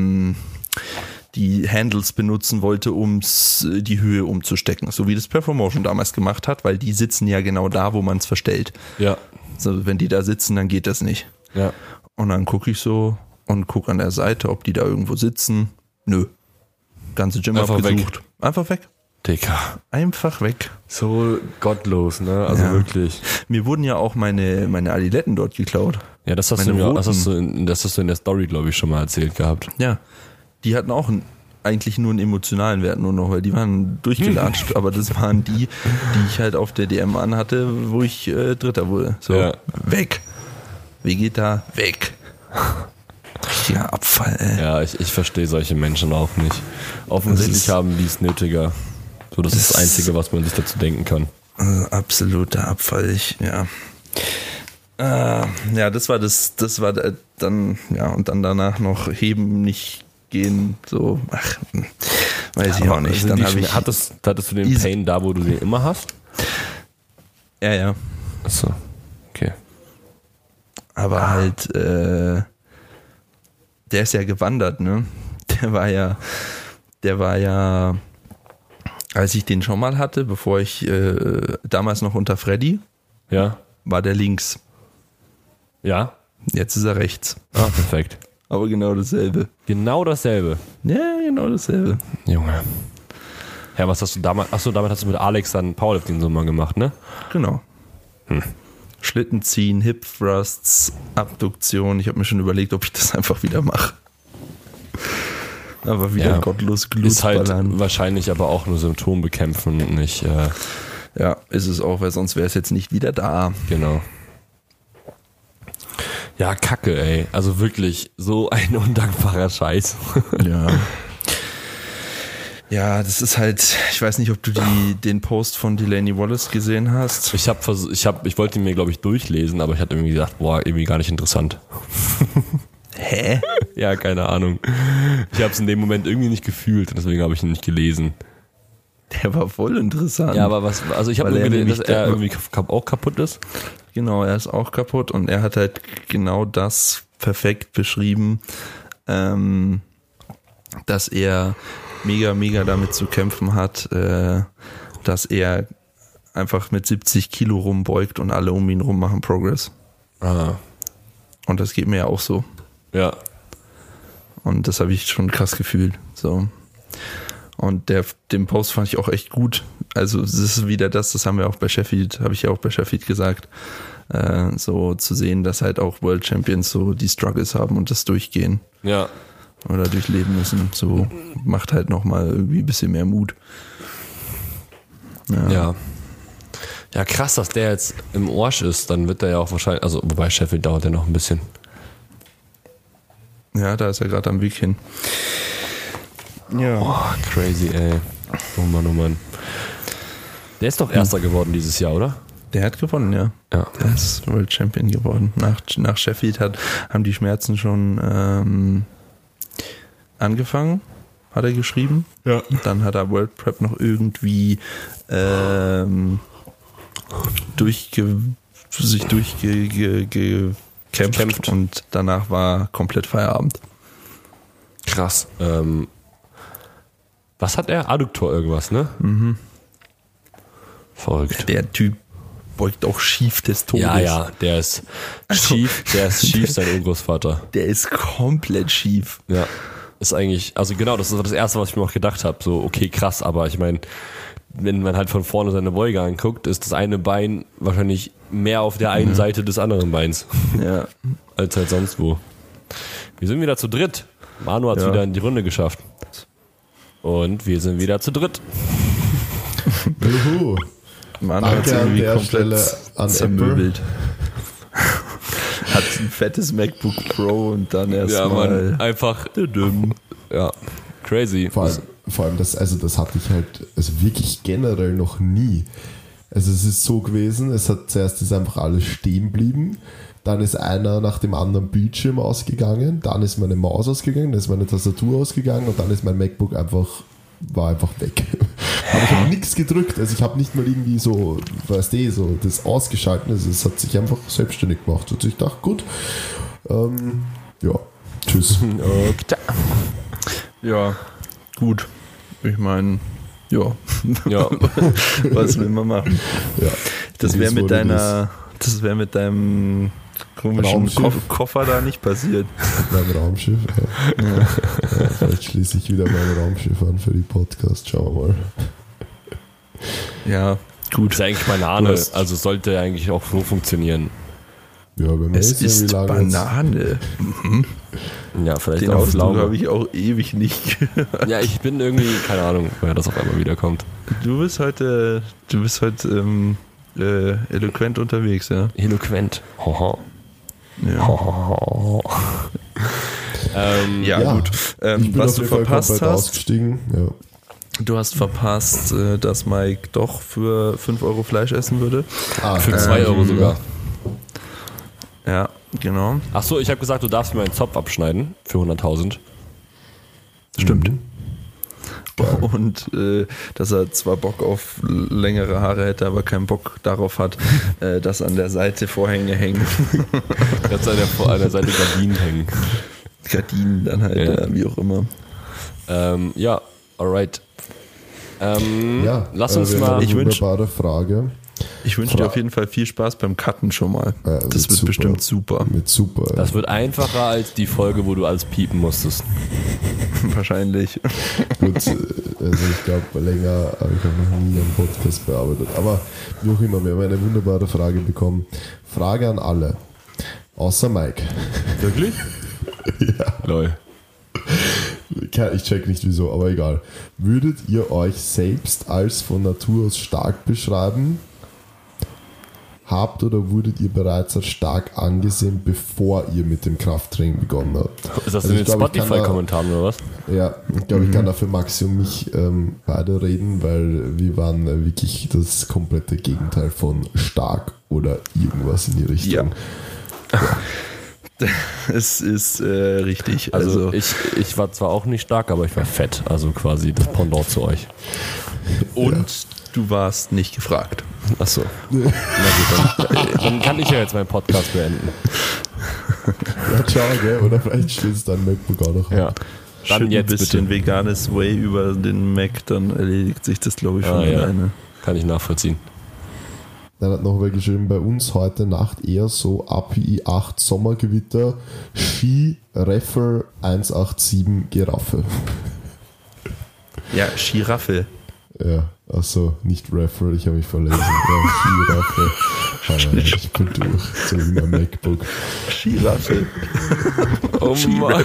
Handles benutzen wollte, um die Höhe umzustecken. So wie das Performotion damals gemacht hat, weil die sitzen ja genau da, wo man es verstellt. Ja. Also wenn die da sitzen, dann geht das nicht. Ja. Und dann gucke ich so und gucke an der Seite, ob die da irgendwo sitzen. Nö. Ganze Gym abgesucht. Einfach weg. Digga. Einfach weg. So gottlos, ne? Also wirklich. Mir wurden ja auch meine Adiletten dort geklaut. Ja, das hast du in der Story, glaube ich, schon mal erzählt gehabt. Ja. Die hatten auch eigentlich nur einen emotionalen Wert nur noch, weil die waren durchgelatscht, aber das waren die ich halt auf der DM anhatte, wo ich Dritter wurde. So, weg. Vegeta, weg. Richtiger Abfall, ey. Ja, ich verstehe solche Menschen auch nicht. Offensichtlich haben die es nötiger. So, das ist das Einzige, was man sich dazu denken kann. Absoluter Abfall, das war dann, und dann danach noch heben, nicht gehen, so, weiß ich auch nicht. Dann hattest du den Pain da, wo du den immer hast? Ja. Achso, okay. Aber halt, der ist ja gewandert, ne? Der war ja, als ich den schon mal hatte, bevor ich damals noch unter Freddy, war der links. Ja. Jetzt ist er rechts. Ah, perfekt. Aber genau dasselbe. Genau dasselbe? Ja, genau dasselbe. Junge. Ja, was hast du damals? Achso, damit hast du mit Alex dann Powerlifting so mal gemacht, ne? Genau. Schlitten ziehen, Hip Thrusts, Abduktion. Ich habe mir schon überlegt, ob ich das einfach wieder mache. Aber wieder gottlos Glut ist halt wahrscheinlich aber auch nur Symptom bekämpfen und nicht. Ja, ist es auch, weil sonst wäre es jetzt nicht wieder da. Genau. Ja, Kacke, ey. Also wirklich so ein undankbarer Scheiß. Ja. Ja, das ist halt, ich weiß nicht, ob du den Post von Delaney Wallace gesehen hast. Ich wollte ihn mir, glaube ich, durchlesen, aber ich hatte irgendwie gedacht, boah, irgendwie gar nicht interessant. Hä? Ja, keine Ahnung. Ich habe es in dem Moment irgendwie nicht gefühlt, deswegen habe ich ihn nicht gelesen. Der war voll interessant. Ja, aber also ich habe nur gelesen, dass er irgendwie auch kaputt ist. Genau, er ist auch kaputt und er hat halt genau das perfekt beschrieben, dass er mega damit zu kämpfen hat, dass er einfach mit 70 Kilo rumbeugt und alle um ihn rum machen Progress. Ah. Und das geht mir ja auch so. Ja. Und das habe ich schon krass gefühlt. So. Und den Post fand ich auch echt gut. Also es ist wieder das haben wir auch bei Sheffield, habe ich ja auch bei Sheffield gesagt, so zu sehen, dass halt auch World Champions so die Struggles haben und das durchgehen. Ja. Oder durchleben müssen. So macht halt nochmal irgendwie ein bisschen mehr Mut. Ja. Ja, krass, dass der jetzt im Arsch ist. Dann wird er ja auch wahrscheinlich, also wobei Sheffield dauert ja noch ein bisschen. Ja, da ist er gerade am Weg hin. Ja. Oh, crazy, ey. Oh Mann, oh Mann. Der ist doch Erster geworden dieses Jahr, oder? Der hat gewonnen, ja. Ja. Der ist World Champion geworden. Nach Sheffield haben die Schmerzen schon angefangen, hat er geschrieben. Ja. Dann hat er World Prep noch irgendwie sich durchgekämpft und danach war komplett Feierabend. Krass. Was hat er? Adduktor irgendwas, ne? Mhm. Verrückt. Der Typ beugt auch schief des Todes. Ja, der ist schief, sein Urgroßvater. Der ist komplett schief. Ja. Ist eigentlich, also genau, das ist das Erste, was ich mir noch gedacht habe. So, okay, krass, aber ich meine, wenn man halt von vorne seine Beuge anguckt, ist das eine Bein wahrscheinlich mehr auf der einen Seite des anderen Beins. Ja. Als halt sonst wo. Wir sind wieder zu dritt. Manu hat es wieder in die Runde geschafft. Und wir sind wieder zu dritt. Juhu. Manu hat Danke an irgendwie der komplett Stelle an zermöbelt. Hat ein fettes MacBook Pro und dann erstmal einfach ja, crazy. Vor allem das hatte ich halt, also wirklich generell noch nie. Also es ist so gewesen, zuerst ist einfach alles stehen geblieben, dann ist einer nach dem anderen Bildschirm ausgegangen, dann ist meine Maus ausgegangen, dann ist meine Tastatur ausgegangen und dann ist mein MacBook war einfach weg. Aber ich habe nichts gedrückt, also ich habe nicht mal irgendwie so, weißt du, so das ausgeschalten, also es hat sich einfach selbstständig gemacht. Also ich dachte, gut, ja, tschüss. Ja, gut. Ich meine, ja. Ja. Was will man machen? Ja, Das wäre mit deinem komischen Koffer da nicht passiert. Mein Raumschiff. Ja. Vielleicht schließe ich wieder mein Raumschiff an für die Podcast. Schauen wir mal. Ja, gut. Ist ja eigentlich Banane, also sollte eigentlich auch so funktionieren. Ja, wenn wir Es ist Banane. Ja, vielleicht Den auch Ausdruck Pflaume. habe ich auch ewig nicht gehört. Ja, ich bin irgendwie, keine Ahnung, woher das auf einmal wiederkommt. Du bist heute eloquent unterwegs, ja? Eloquent. Hoho. Ja, Ja, gut. ich bin Was auf du jeden Fall verpasst komplett hast, ausgestiegen. Ja. du hast verpasst, dass Mike doch für 5 Euro Fleisch essen würde. Für 2 Euro sogar. Ja, genau. Achso, ich habe gesagt, du darfst mir einen Zopf abschneiden für 100.000. Stimmt. Und dass er zwar Bock auf längere Haare hätte, aber keinen Bock darauf hat, dass an der Seite Vorhänge hängen. Jetzt an der Seite Gardinen hängen. Gardinen dann halt, Ja. wie auch immer. Ja, alright. Ja, Lass uns wir mal. haben Ich eine wünsch- wunderbare Frage. Ich wünsche dir auf jeden Fall viel Spaß beim Cutten schon mal. Ja, Das wird super. bestimmt super. Mit super. Das wird einfacher als die Folge, wo du alles piepen musstest. Wahrscheinlich. Gut, also ich glaube, länger habe ich auch noch nie einen Podcast bearbeitet. Aber wie auch immer, wir haben eine wunderbare Frage bekommen. Frage an alle. Außer Mike. Wirklich? Ja. Lol. Ich check nicht wieso, aber egal. Würdet ihr euch selbst als von Natur aus stark beschreiben? habt oder wurdet ihr bereits als stark angesehen, bevor ihr mit dem Krafttraining begonnen habt? Ist das Also in ich den glaub, ich kann Spotify-Kommentaren oder was? Ja, ich glaube, ich kann da für Maxi und mich beide reden, weil wir waren wirklich das komplette Gegenteil von stark oder irgendwas in die Richtung. Es ist richtig. Also ich war zwar auch nicht stark, aber ich war fett. Also quasi das Pendant zu euch. Und du warst nicht gefragt. Achso. Na gut, dann kann ich ja jetzt meinen Podcast beenden. Ja, ciao, gell? Oder vielleicht stößt dein MacBook auch noch an. Ja. Dann Schütt jetzt ein bisschen bitte. veganes Whey über den Mac, dann erledigt sich das, glaube ich, von Ja. alleine. Kann ich nachvollziehen. Dann hat noch wer geschrieben, bei uns heute Nacht eher so API 8 Sommergewitter, Ski, Raffle 187 Giraffe. Ja, Giraffe. Ja, achso, nicht Raffle, ich habe mich verlesen. Ja, Ski, Raffle. Aber ich bin durch, so wie mein MacBook. Giraffe. Oh Mann.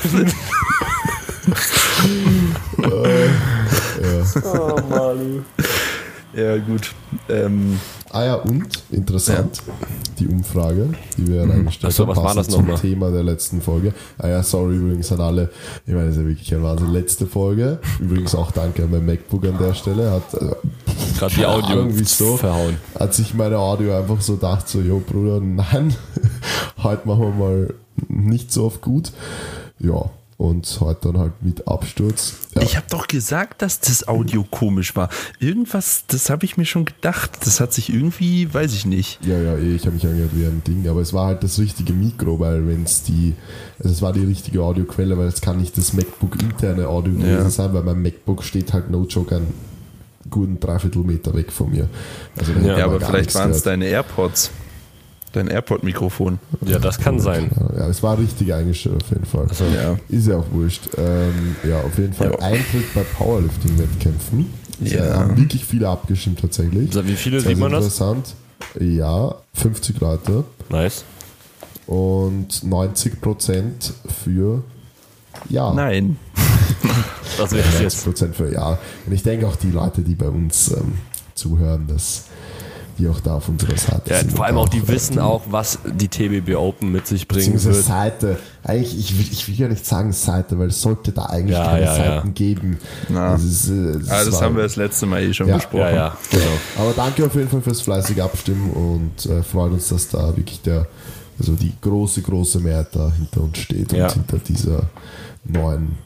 Oh Mann. Ja, gut. Ja, und, interessant, die Umfrage, die wir reingestellt Achso, haben, was war passend das zum nochmal? Thema der letzten Folge. Sorry übrigens an alle, ich meine, das ist ja wirklich ein Wahnsinn, letzte Folge, übrigens auch danke an mein MacBook an der Stelle, hat Gerade die keine Audio Ahnung, wieso, verhauen. hat sich meine Audio einfach so gedacht, so, jo Bruder, nein, heute machen wir mal nicht so oft gut, ja, und heute dann halt mit Absturz. Ja. Ich habe doch gesagt, dass das Audio komisch war. Irgendwas, das habe ich mir schon gedacht. Das hat sich irgendwie, weiß ich nicht. Ja, ich habe mich angehört wie ein Ding, aber es war halt das richtige Mikro, weil wenn es es war die richtige Audioquelle, weil es kann nicht das MacBook interne Audio gewesen sein, weil mein MacBook steht halt no joke einen guten 3/4 Meter weg von mir. Also da hätte Ja, man aber gar vielleicht nichts waren es gehört. deine AirPods. Dein AirPod-Mikrofon. Ja, das kann sein. Ja, es war richtig eingestellt auf jeden Fall. Also, Ja. Ist ja auch wurscht. Ja, auf jeden Fall Ja. Eintritt bei Powerlifting-Wettkämpfen. Ja. Haben wirklich viele abgestimmt tatsächlich. wie viele Sehr sieht man das? interessant. Ja, 50 Leute. Nice. Und 90% für Ja. Nein. Das wäre ich jetzt. 90% für Ja. Und ich denke auch die Leute, die bei uns zuhören, dass die auch da auf unserer Seite Ja, sind. vor allem auch, die wissen auch, was die TBB Open mit sich bringen Beziehungsweise wird. Seite. Eigentlich, ich will ja nicht sagen Seite, weil es sollte da eigentlich Ja, keine ja, Seiten geben. Na. Das Das haben wir das letzte Mal schon Ja. besprochen. Ja, genau. Aber danke auf jeden Fall fürs fleißige Abstimmen und freut uns, dass da wirklich die große Mehrheit da hinter uns steht und Ja. hinter dieser neuen,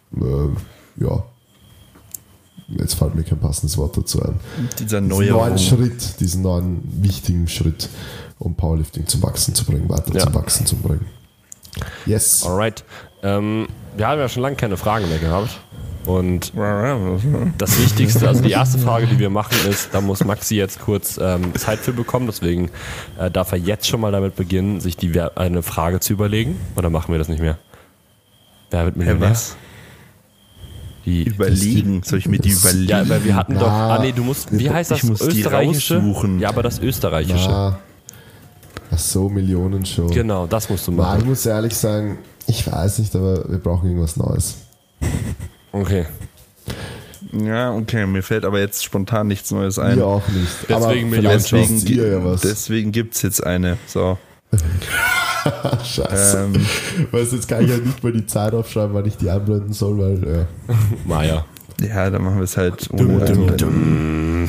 jetzt fällt mir kein passendes Wort dazu ein. Dieser Diesen neue neuen Schritt, diesen neuen wichtigen Schritt, um Powerlifting zum Wachsen zu bringen, weiter Ja. zum Wachsen zu bringen. Yes. Alright. Wir haben ja schon lange keine Fragen mehr gehabt. Und das Wichtigste, also die erste Frage, die wir machen, ist, da muss Maxi jetzt kurz Zeit für bekommen. Deswegen darf er jetzt schon mal damit beginnen, sich eine Frage zu überlegen. Oder machen wir das nicht mehr? Wer wird Millionär? was? Die Überlegen. Soll ich mir die überlegen? Ja, aber wir hatten Na, doch. Nee, du musst. Wie heißt das? ich muss die Österreichische? raussuchen. Ja, aber das Österreichische. Ach so, Millionen schon. Genau, das musst du Na, ich machen. muss ehrlich sagen, ich weiß nicht, aber wir brauchen irgendwas Neues. Okay. Ja, okay, mir fällt aber jetzt spontan nichts Neues ein. Mir auch nicht. Deswegen aber Millionen. vielleicht wisst ihr ja was. Deswegen gibt es jetzt eine. So. Scheiße. Weißt du, jetzt kann ich halt nicht mal die Zeit aufschreiben, wann ich die einblenden soll, weil Maja. Ja, dann machen wir es halt ohne.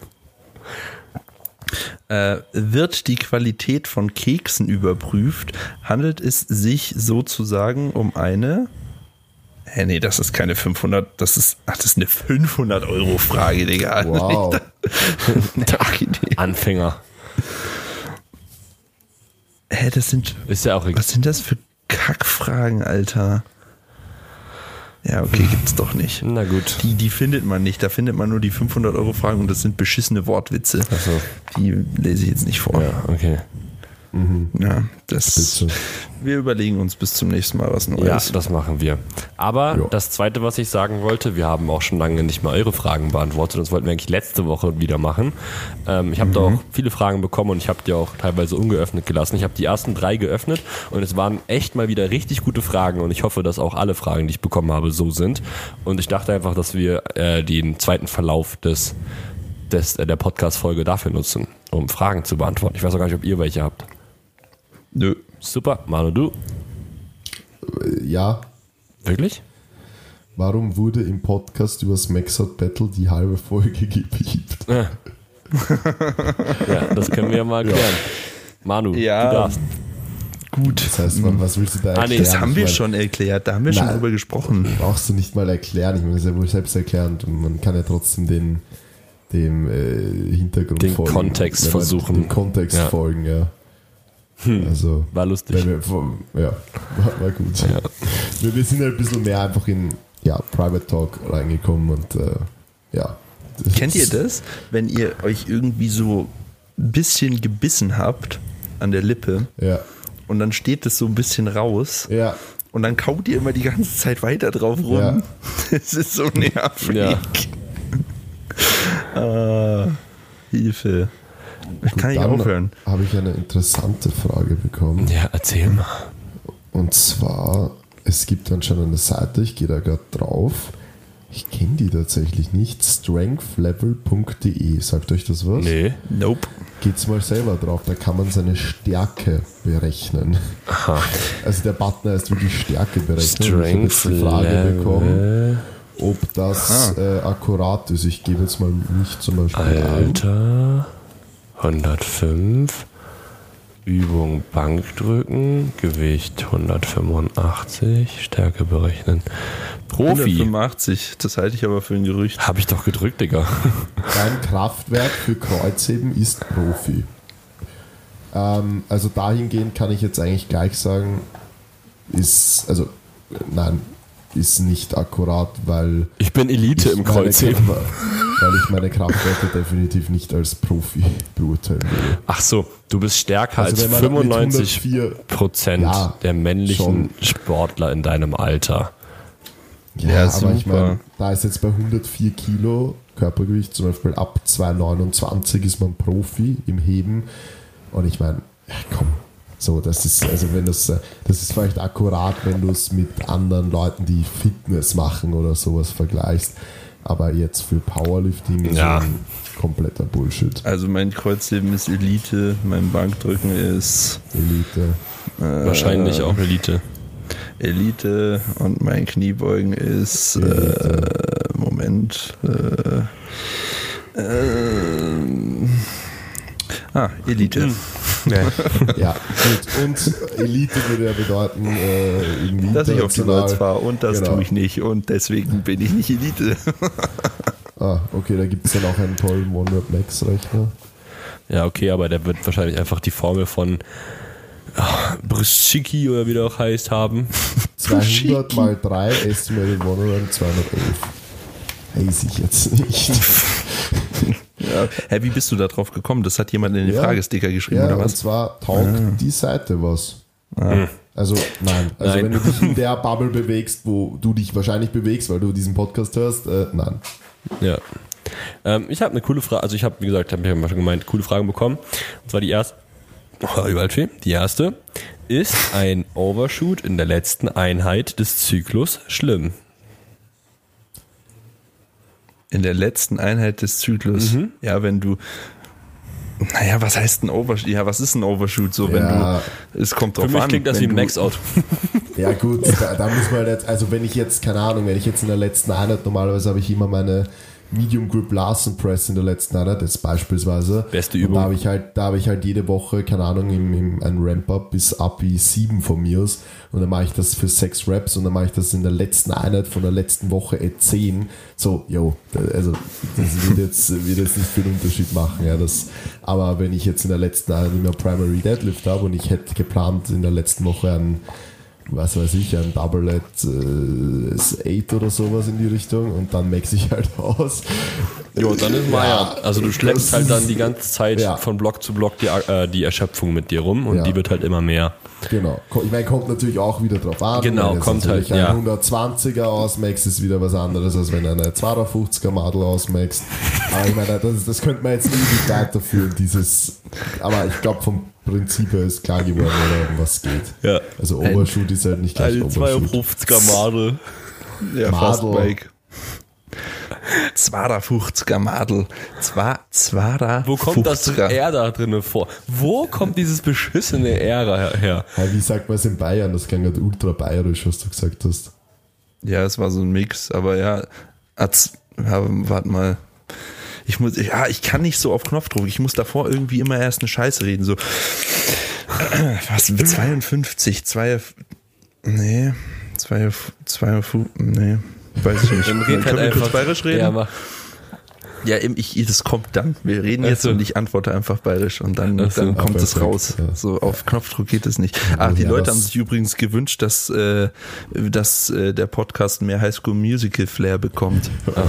Wird die Qualität von Keksen überprüft, handelt es sich sozusagen um eine. Nee, das ist keine 500, das ist eine 500-Euro-Frage, Digga. wow. Anfänger. Das sind, Ist ja auch egal. was sind das für Kackfragen, Alter? Ja, okay, gibt's doch nicht. Na gut. Die findet man nicht, da findet man nur die 500-Euro-Fragen und das sind beschissene Wortwitze. Achso. Die lese ich jetzt nicht vor. Ja, okay. Ja, das. Bitte. Wir überlegen uns bis zum nächsten Mal was Ja, Neues. das machen wir. Aber Ja. das Zweite, was ich sagen wollte, wir haben auch schon lange nicht mehr eure Fragen beantwortet. Das wollten wir eigentlich letzte Woche wieder machen. Ich habe da auch viele Fragen bekommen und ich habe die auch teilweise ungeöffnet gelassen. Ich habe die ersten 3 geöffnet und es waren echt mal wieder richtig gute Fragen und ich hoffe, dass auch alle Fragen, die ich bekommen habe, so sind. Und ich dachte einfach, dass wir den zweiten Verlauf der Podcast-Folge dafür nutzen, um Fragen zu beantworten. Ich weiß auch gar nicht, ob ihr welche habt. Nö. Super, Manu, du? Ja, Wirklich? warum wurde im Podcast über Smackshot Battle die halbe Folge gepiept? Ja, das können wir ja mal klären. Manu, Ja. du darfst. Gut. Das heißt, was willst du da erklären? nee, Das haben wir Ich meine, schon erklärt, da haben wir schon Nein. drüber gesprochen. Brauchst du nicht mal erklären, ich meine, das ist ja wohl selbsterklärend und man kann ja trotzdem dem Hintergrund Den folgen. Kontext Wenn man versuchen. Dem Kontext Ja. folgen, ja. Also, War lustig. wenn wir, war gut. Ja. Wir sind halt ein bisschen mehr einfach in Private Talk reingekommen und ja. Kennt ihr das, wenn ihr euch irgendwie so ein bisschen gebissen habt an der Lippe Ja, und dann steht es so ein bisschen raus ja, und dann kaut ihr immer die ganze Zeit weiter drauf rum? Ja. Das ist so nervig. Ja. Hilfe. Gut, Kann ich dann aufhören? habe ich eine interessante Frage bekommen. Ja, erzähl mal. Und zwar, es gibt anscheinend eine Seite, ich gehe da gerade drauf. Ich kenne die tatsächlich nicht. Strengthlevel.de. Sagt euch das was? Nee. Nope. Geht's mal selber drauf, da kann man seine Stärke berechnen. Aha. Also der Button heißt wirklich Stärke berechnen. Und ich habe jetzt die Frage bekommen, Level. ob das akkurat ist. Ich gebe jetzt mal mich zum Beispiel ein. Alter. 105. Übung Bankdrücken. Gewicht 185. Stärke berechnen. Profi. 185, das halte ich aber für ein Gerücht. Habe ich doch gedrückt, Digga. Dein Kraftwert für Kreuzheben ist Profi. Also dahingehend kann ich jetzt eigentlich gleich sagen, ist nicht akkurat, weil Ich bin Elite im Kreuzheben. weil ich meine Kraftwerte definitiv nicht als Profi beurteilen würde. Ach so, du bist stärker Also als wenn man mit 95% Ja, der männlichen schon. Sportler in deinem Alter. Ja, aber ich super. meine, da ist jetzt bei 104 Kilo Körpergewicht zum Beispiel ab 2,29 ist man Profi im Heben. Und ich meine, ja, komm, so, das ist, also wenn das ist vielleicht akkurat, wenn du es mit anderen Leuten, die Fitness machen oder sowas vergleichst. Aber jetzt für Powerlifting ist Ja. ein kompletter Bullshit. Also mein Kreuzheben ist Elite, mein Bankdrücken ist Elite. Wahrscheinlich auch Elite. Elite und mein Kniebeugen ist Moment. Elite. Ja, gut. Und Elite würde ja bedeuten, irgendwie Dass ich auf die international. Worlds fahre und das Genau. tue ich nicht und deswegen bin ich nicht Elite. Okay, da gibt es dann auch einen tollen One-Rep-Max-Rechner. Ja, okay, aber der wird wahrscheinlich einfach die Formel von Brschicki oder wie der auch heißt haben. 200 mal 3 Estimated One-Rep 211. Weiß ich jetzt nicht. Ja. Hä, wie bist du da drauf gekommen? Das hat jemand in den Ja. Fragesticker geschrieben, Ja, oder und was? zwar taugt die Seite was. Also nein. Also Nein. wenn du dich in der Bubble bewegst, wo du dich wahrscheinlich bewegst, weil du diesen Podcast hörst, nein. Ja. Ich habe eine coole Frage, also ich habe, wie gesagt, habe ich ja schon gemeint, coole Fragen bekommen. Und zwar die erste, die erste, ist ein Overshoot in der letzten Einheit des Zyklus schlimm? In der letzten Einheit des Zyklus. Ja, wenn du. Naja, was heißt ein Overshoot? Ja, was ist ein Overshoot? So, wenn Ja. du. Es kommt drauf Für mich an. klingt das wie wenn ein du- Max-Out. Ja gut, da muss man halt jetzt, also wenn ich jetzt, keine Ahnung, wenn ich jetzt in der letzten Einheit, normalerweise habe ich immer meine Medium Grip Larsen Press in der letzten Einheit, jetzt beispielsweise. Beste Und Übung. da habe ich halt jede Woche, keine Ahnung, ein Ramp-Up bis API 7 von mir aus. Und dann mache ich das für 6 Reps und dann mache ich das in der letzten Einheit von der letzten Woche 10. So, also das wird jetzt nicht viel Unterschied machen. Ja, aber wenn ich jetzt in der letzten Einheit immer Primary Deadlift habe und ich hätte geplant, in der letzten Woche ein Double at 8 oder sowas in die Richtung und dann max ich halt aus. Jo, dann ist mal ja. Also du schleppst das halt dann ist- die ganze Zeit Ja. von Block zu Block die Erschöpfung mit dir rum und Ja. die wird halt immer mehr. Genau. Ich meine, kommt natürlich auch wieder drauf an. Genau, wenn jetzt kommt natürlich halt, ja. ein 120er ausmaxt, ist wieder was anderes, als wenn eine 250er Model ausmaxt. Aber ich meine, das könnte man jetzt ewig weiterführen, aber ich glaube, vom Prinzip her ist klar geworden, um was geht. Ja. Also Overshoot ist halt nicht gleich Overshoot. 52er Madel. Ja, Madel. Fastbike. 52er Madel. 52er. Wo kommt das R da drinnen vor? Wo kommt dieses beschissene R her? Wie sagt man es in Bayern? Das klingt halt ultra bayerisch, was du gesagt hast. Ja, es war so ein Mix, aber ja, warte mal. Ich kann nicht so auf Knopfdruck. Ich muss davor irgendwie immer erst eine Scheiße reden. So, was, 52, nee, weiß ich nicht. Dann red halt einfach. Kurz bayerisch reden? Ja, mach. Ja, das kommt dann. Wir reden jetzt und ich antworte einfach bayerisch und dann kommt es raus. Ja. So auf Knopfdruck geht es nicht. Die Leute haben sich übrigens gewünscht, dass der Podcast mehr Highschool Musical Flair bekommt.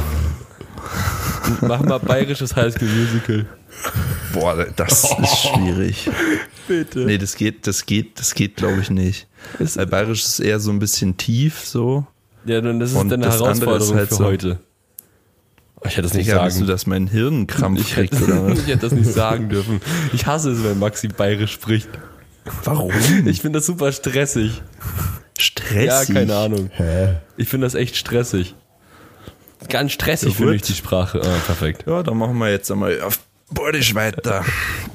Mach mal bayerisches High School Musical. Boah, das ist schwierig. Bitte. Nee, das geht glaube ich nicht. Weil bayerisch ist eher so ein bisschen tief so. Ja, dann das ist Und dann eine das andere Herausforderung ist halt für so- heute. Ich hätte das nicht Digga, willst du, sagen. dass mein Hirn Krampf kriegt oder was? Ich hätte das nicht sagen dürfen. Ich hasse es, wenn Maxi bayerisch spricht. Warum? Ich finde das super stressig. Stressig. Ja, keine Ahnung. Hä? Ich finde das echt stressig. Ganz stressig Ja, finde gut. ich die Sprache. Ah, perfekt. Ja, dann machen wir jetzt einmal auf Bordisch weiter.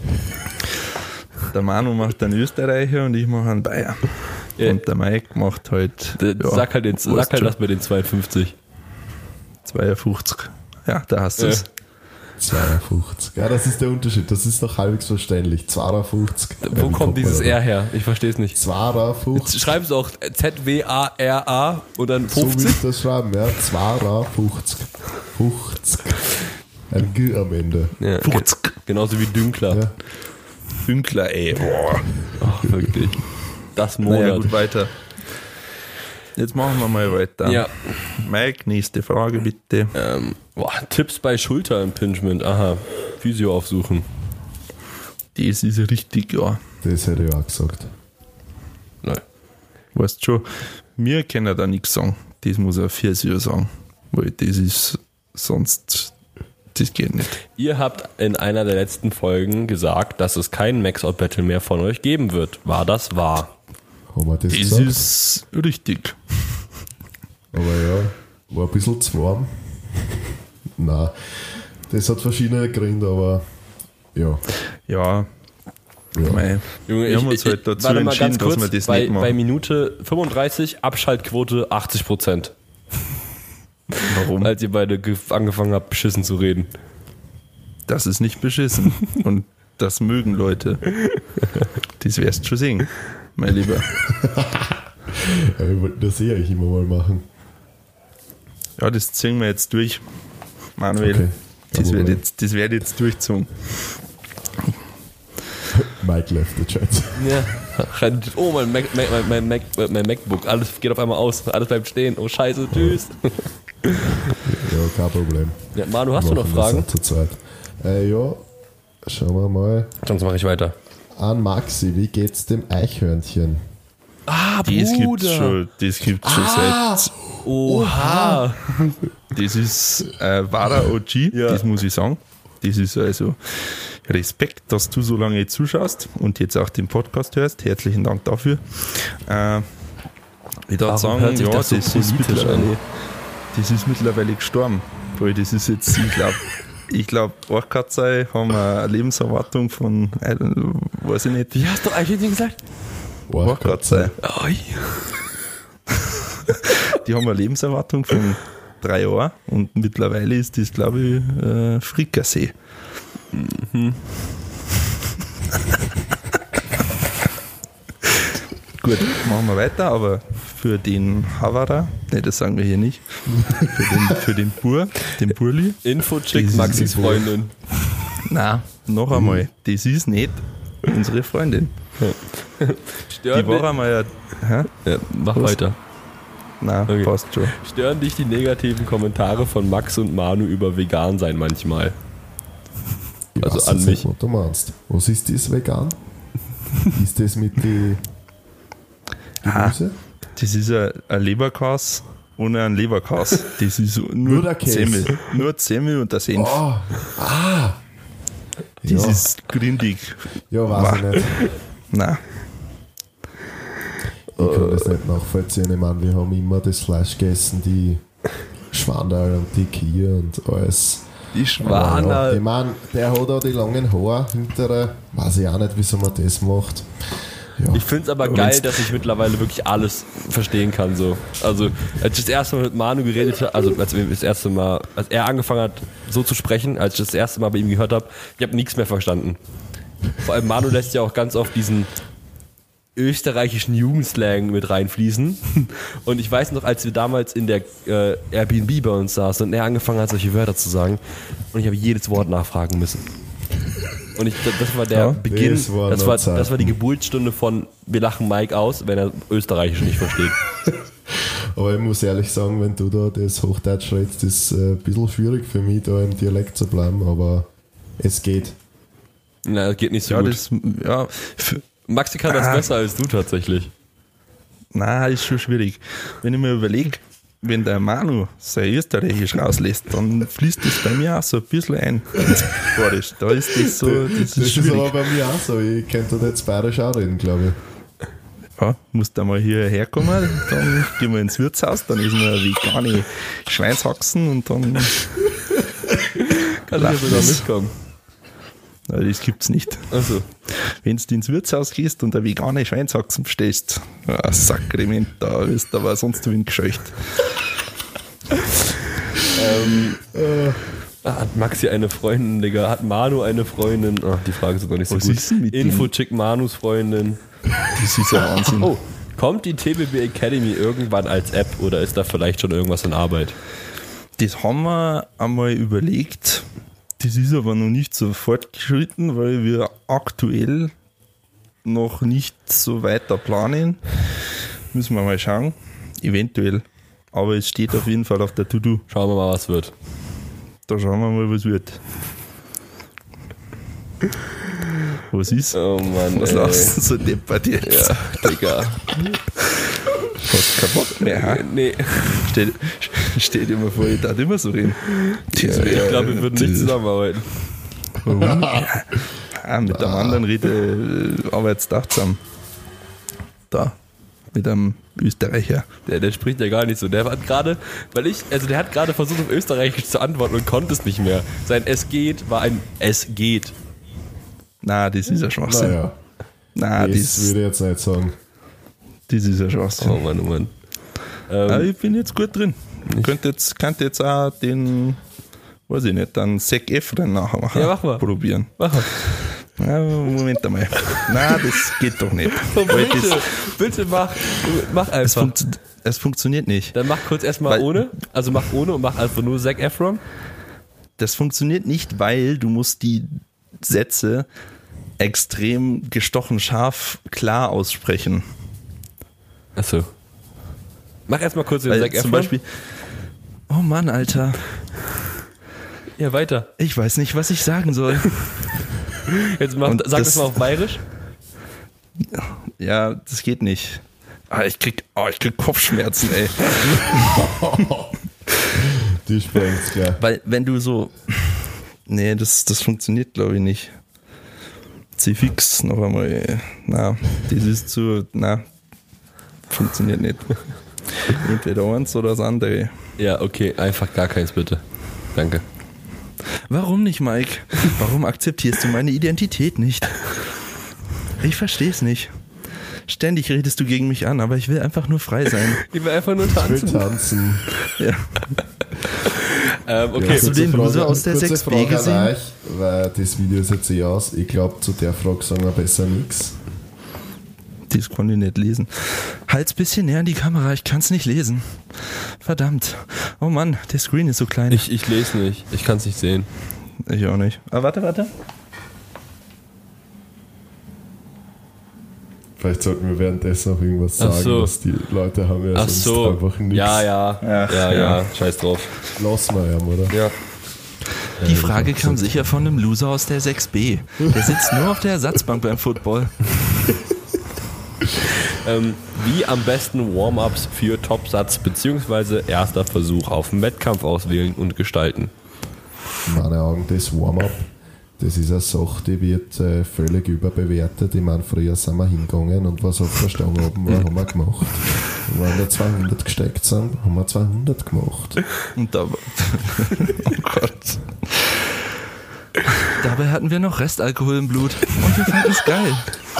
Der Manu macht einen Österreicher und ich mache einen Bayer. Ja. Und der Mike macht halt. Sag halt weißt schon, das mit den 52. 52. Ja, da hast du es. 52. Ja, das ist der Unterschied. Das ist noch halbwegs verständlich. 52. Wo kommt dieses R her? Ich verstehe es nicht. 52. Schreibst du auch Z-W-A-R-A und dann So 50? will ich das schreiben, ja. 52. 50. Ein G am Ende. Ja, 50. genauso wie Dünkler. Ja. Dünkler, ey. Boah. Ach, wirklich. Das Monat. Naja, gut, weiter. Jetzt machen wir mal weiter. Ja. Mike, nächste Frage bitte. Tipps bei Schulterimpingement. Aha. Physio aufsuchen. Das ist richtig, ja. Das hätte ich auch gesagt. Nein. Weißt schon, wir können da nichts sagen. Das muss ein Physio sagen. Weil das ist sonst, das geht nicht. Ihr habt in einer der letzten Folgen gesagt, dass es kein Max-Out-Battle mehr von euch geben wird. War das wahr? Haben wir das Das gesagt? ist richtig. Aber ja, war ein bisschen zu warm. Nein, das hat verschiedene Gründe, aber ja. Ja, Ja. mei. Junge, Wir haben uns halt dazu warte mal entschieden, ganz kurz, dass wir das bei, nicht machen. bei Minute 35 Abschaltquote 80%. Warum? Als ihr beide angefangen habt, beschissen zu reden. Das ist nicht beschissen. Und das mögen Leute. Das wirst du schon sehen, mein Lieber. Ja, wir wollten das eigentlich immer mal machen. Ja, das ziehen wir jetzt durch. Manuel, Okay. das Aber wird jetzt durchgezogen. Mike left the chat. Ja. Oh, mein MacBook. Alles geht auf einmal aus. Alles bleibt stehen. Oh, scheiße. Tschüss. Ja, kein Problem. Ja, Manu, hast du noch Machen wir Fragen? das zu zweit. Ja, schauen wir mal. Sonst mache ich weiter. An Maxi, wie geht's dem Eichhörnchen? Ah, Das gibt's schon seit. Oha. Das ist wahrer OG, Ja. das muss ich sagen. Das ist also Respekt, dass du so lange zuschaust und jetzt auch den Podcast hörst. Herzlichen Dank dafür. Ich darf sagen, hört sich ja, das so politisch an? das ist mittlerweile gestorben. Weil das ist jetzt, ich glaube, Orchkatzei haben eine Lebenserwartung von, weiß ich nicht, Wie hast du Eichhörnchen gesagt? Orchkatzei. Oi. Die haben eine Lebenserwartung von 3 Jahren und mittlerweile ist das, glaube ich, Frikassee. Gut, machen wir weiter, aber für den Havara, ne, das sagen wir hier nicht, für den Burli, Infochick Das ist Maxis die Freundin. na, noch einmal, das ist nicht unsere Freundin. Stören Die war einmal ja, ja, mach Was? weiter. na, Okay. passt schon. Stören dich die negativen Kommentare von Max und Manu über vegan sein manchmal? Ich Also weiß an jetzt mich. nicht, was du meinst. Was ist das vegan? Ist das mit die Gemüse? Das ist ein Leberkas ohne ein Leberkas. Das ist Nur nur der Käse. Semmel. Nur Semmel und der Senf. Oh, Das ja. ist gründig. Ja, weiß ich nicht. Nein. Ich kann das nicht nachvollziehen. Ich meine, wir haben immer das Fleisch gegessen, die Schwandal und die Kia und alles. Die Schwaner. Ich meine, der hat auch die langen Haare hintere. Weiß ich auch nicht, wieso man das macht. Ja. Ich finde es aber geil, dass ich mittlerweile wirklich alles verstehen kann. So. Also, als ich das erste Mal mit Manu geredet habe, also als er angefangen hat, so zu sprechen, als ich das erste Mal bei ihm gehört habe, ich habe nichts mehr verstanden. Vor allem Manu lässt ja auch ganz oft diesen österreichischen Jugendslang mit reinfließen. Und ich weiß noch, als wir damals in der Airbnb bei uns saßen und er angefangen hat, solche Wörter zu sagen, und ich habe jedes Wort nachfragen müssen. Und das war der Beginn, das war die Geburtsstunde von wir lachen Mike aus, wenn er Österreichisch nicht versteht. Aber ich muss ehrlich sagen, wenn du da das Hochdeutsch redest, ist ein bisschen schwierig für mich, da im Dialekt zu bleiben, aber es geht. Na, das geht nicht so gut. Maxi kann das besser als du tatsächlich. Na, ist schon schwierig. Wenn ich mir überlege, wenn der Manu sein Österreichisch rauslässt, dann fließt das bei mir auch so ein bisschen ein. Da ist das so. Das ist aber bei mir auch so. Ich könnte da jetzt bayerisch auch reden, glaube ich. Ja, musst du mal hierher kommen, dann gehen wir ins Wirtshaus, dann essen wir vegane Schweinshaxen und dann. Kann ich wieder mitkommen? Nein, das gibt's nicht. Also. Wenn du ins Wirtshaus gehst und eine vegane Schweinshaxen bestellst, Sakrament, da wirst du aber sonst wen gescheucht. Hat Maxi eine Freundin, Digga? Hat Manu eine Freundin? Ach, die Frage ist doch nicht so gut. Infochick Manus Freundin. Das ist ja Wahnsinn. Oh, kommt die TBB Academy irgendwann als App oder ist da vielleicht schon irgendwas in Arbeit? Das haben wir einmal überlegt. Das ist aber noch nicht so fortgeschritten, weil wir aktuell noch nicht so weiter planen. Müssen wir mal schauen. Eventuell. Aber es steht auf jeden Fall auf der To-Do. Schauen wir mal, was wird. Da schauen wir mal, was wird. Was ist? Oh Mann, was lachst du so deppert jetzt? Ja, Digga. Hast keinen Bock mehr? Nee. Stell dir mal vor, ich darf immer so reden. Ich glaube, wir würden nicht zusammenarbeiten. Warum? Mit einem anderen Arbeitstag zusammen. Da. Mit einem Österreicher. Der spricht ja gar nicht so. Der hat gerade, der hat gerade versucht, auf Österreichisch zu antworten und konnte es nicht mehr. Sein Es geht war ein Es geht. Na, das ist ja Schwachsinn. Naja. Das würde ich jetzt nicht sagen. Das ist ja Schwachsinn. Oh Mann, oh Mann. Ich bin jetzt gut drin. Könnte jetzt auch den, weiß ich nicht, dann Zac Efron nachher machen. Ja, mach mal. Probieren. Mach mal. Ja, Moment einmal. Nein, das geht doch nicht. Oh, bitte mach einfach. Es funktioniert nicht. Dann mach kurz erstmal ohne. Also mach ohne und mach einfach nur Zac Efron. Das funktioniert nicht, weil du musst die Sätze extrem gestochen scharf klar aussprechen. Achso. Mach erstmal kurz den Zac Efron. Zum Beispiel, oh Mann, Alter. Ja, weiter. Ich weiß nicht, was ich sagen soll. Jetzt sag das mal auf Bayerisch. Ja, das geht nicht. Ich krieg Kopfschmerzen, ey. Die sprengt's gleich. Weil, wenn du so. Nee, das funktioniert, glaube ich, nicht. C-Fix noch einmal. Na, das ist zu. Na, funktioniert nicht. Entweder eins oder das andere. Ja, okay, einfach gar keins, bitte. Danke. Warum nicht, Mike? Warum akzeptierst du meine Identität nicht? Ich verstehe es nicht. Ständig redest du gegen mich an, aber ich will einfach nur frei sein. Ich will einfach nur tanzen. Ich will tanzen. Ja. Okay. Hast du den Loser aus der 6B gesehen? An euch, weil das Video ist jetzt aus. Ich glaube, zu der Frage sagen wir besser nichts. Das konnte ich nicht lesen. Halt's ein bisschen näher an die Kamera, ich kann's nicht lesen. Verdammt. Oh Mann, der Screen ist so klein. Ich lese nicht. Ich kann's nicht sehen. Ich auch nicht. Ah, warte. Vielleicht sollten wir währenddessen noch irgendwas sagen, was die Leute haben ja sonst einfach nichts. Ja. Scheiß drauf. Lassen wir ja, oder? Ja. Die Frage kam sicher von einem Loser aus der 6B. Der sitzt nur auf der Ersatzbank beim Football. Wie am besten Warm-Ups für Topsatz bzw. erster Versuch auf dem Wettkampf auswählen und gestalten? In meinen Augen das Warm-Up, das ist eine Sache, die wird völlig überbewertet. Ich meine, früher sind wir hingegangen und was auf der Stange oben war, haben wir gemacht. Wenn wir 200 gesteckt sind, haben wir 200 gemacht. Und dabei, oh Gott. Dabei hatten wir noch Restalkohol im Blut und wir fanden es geil.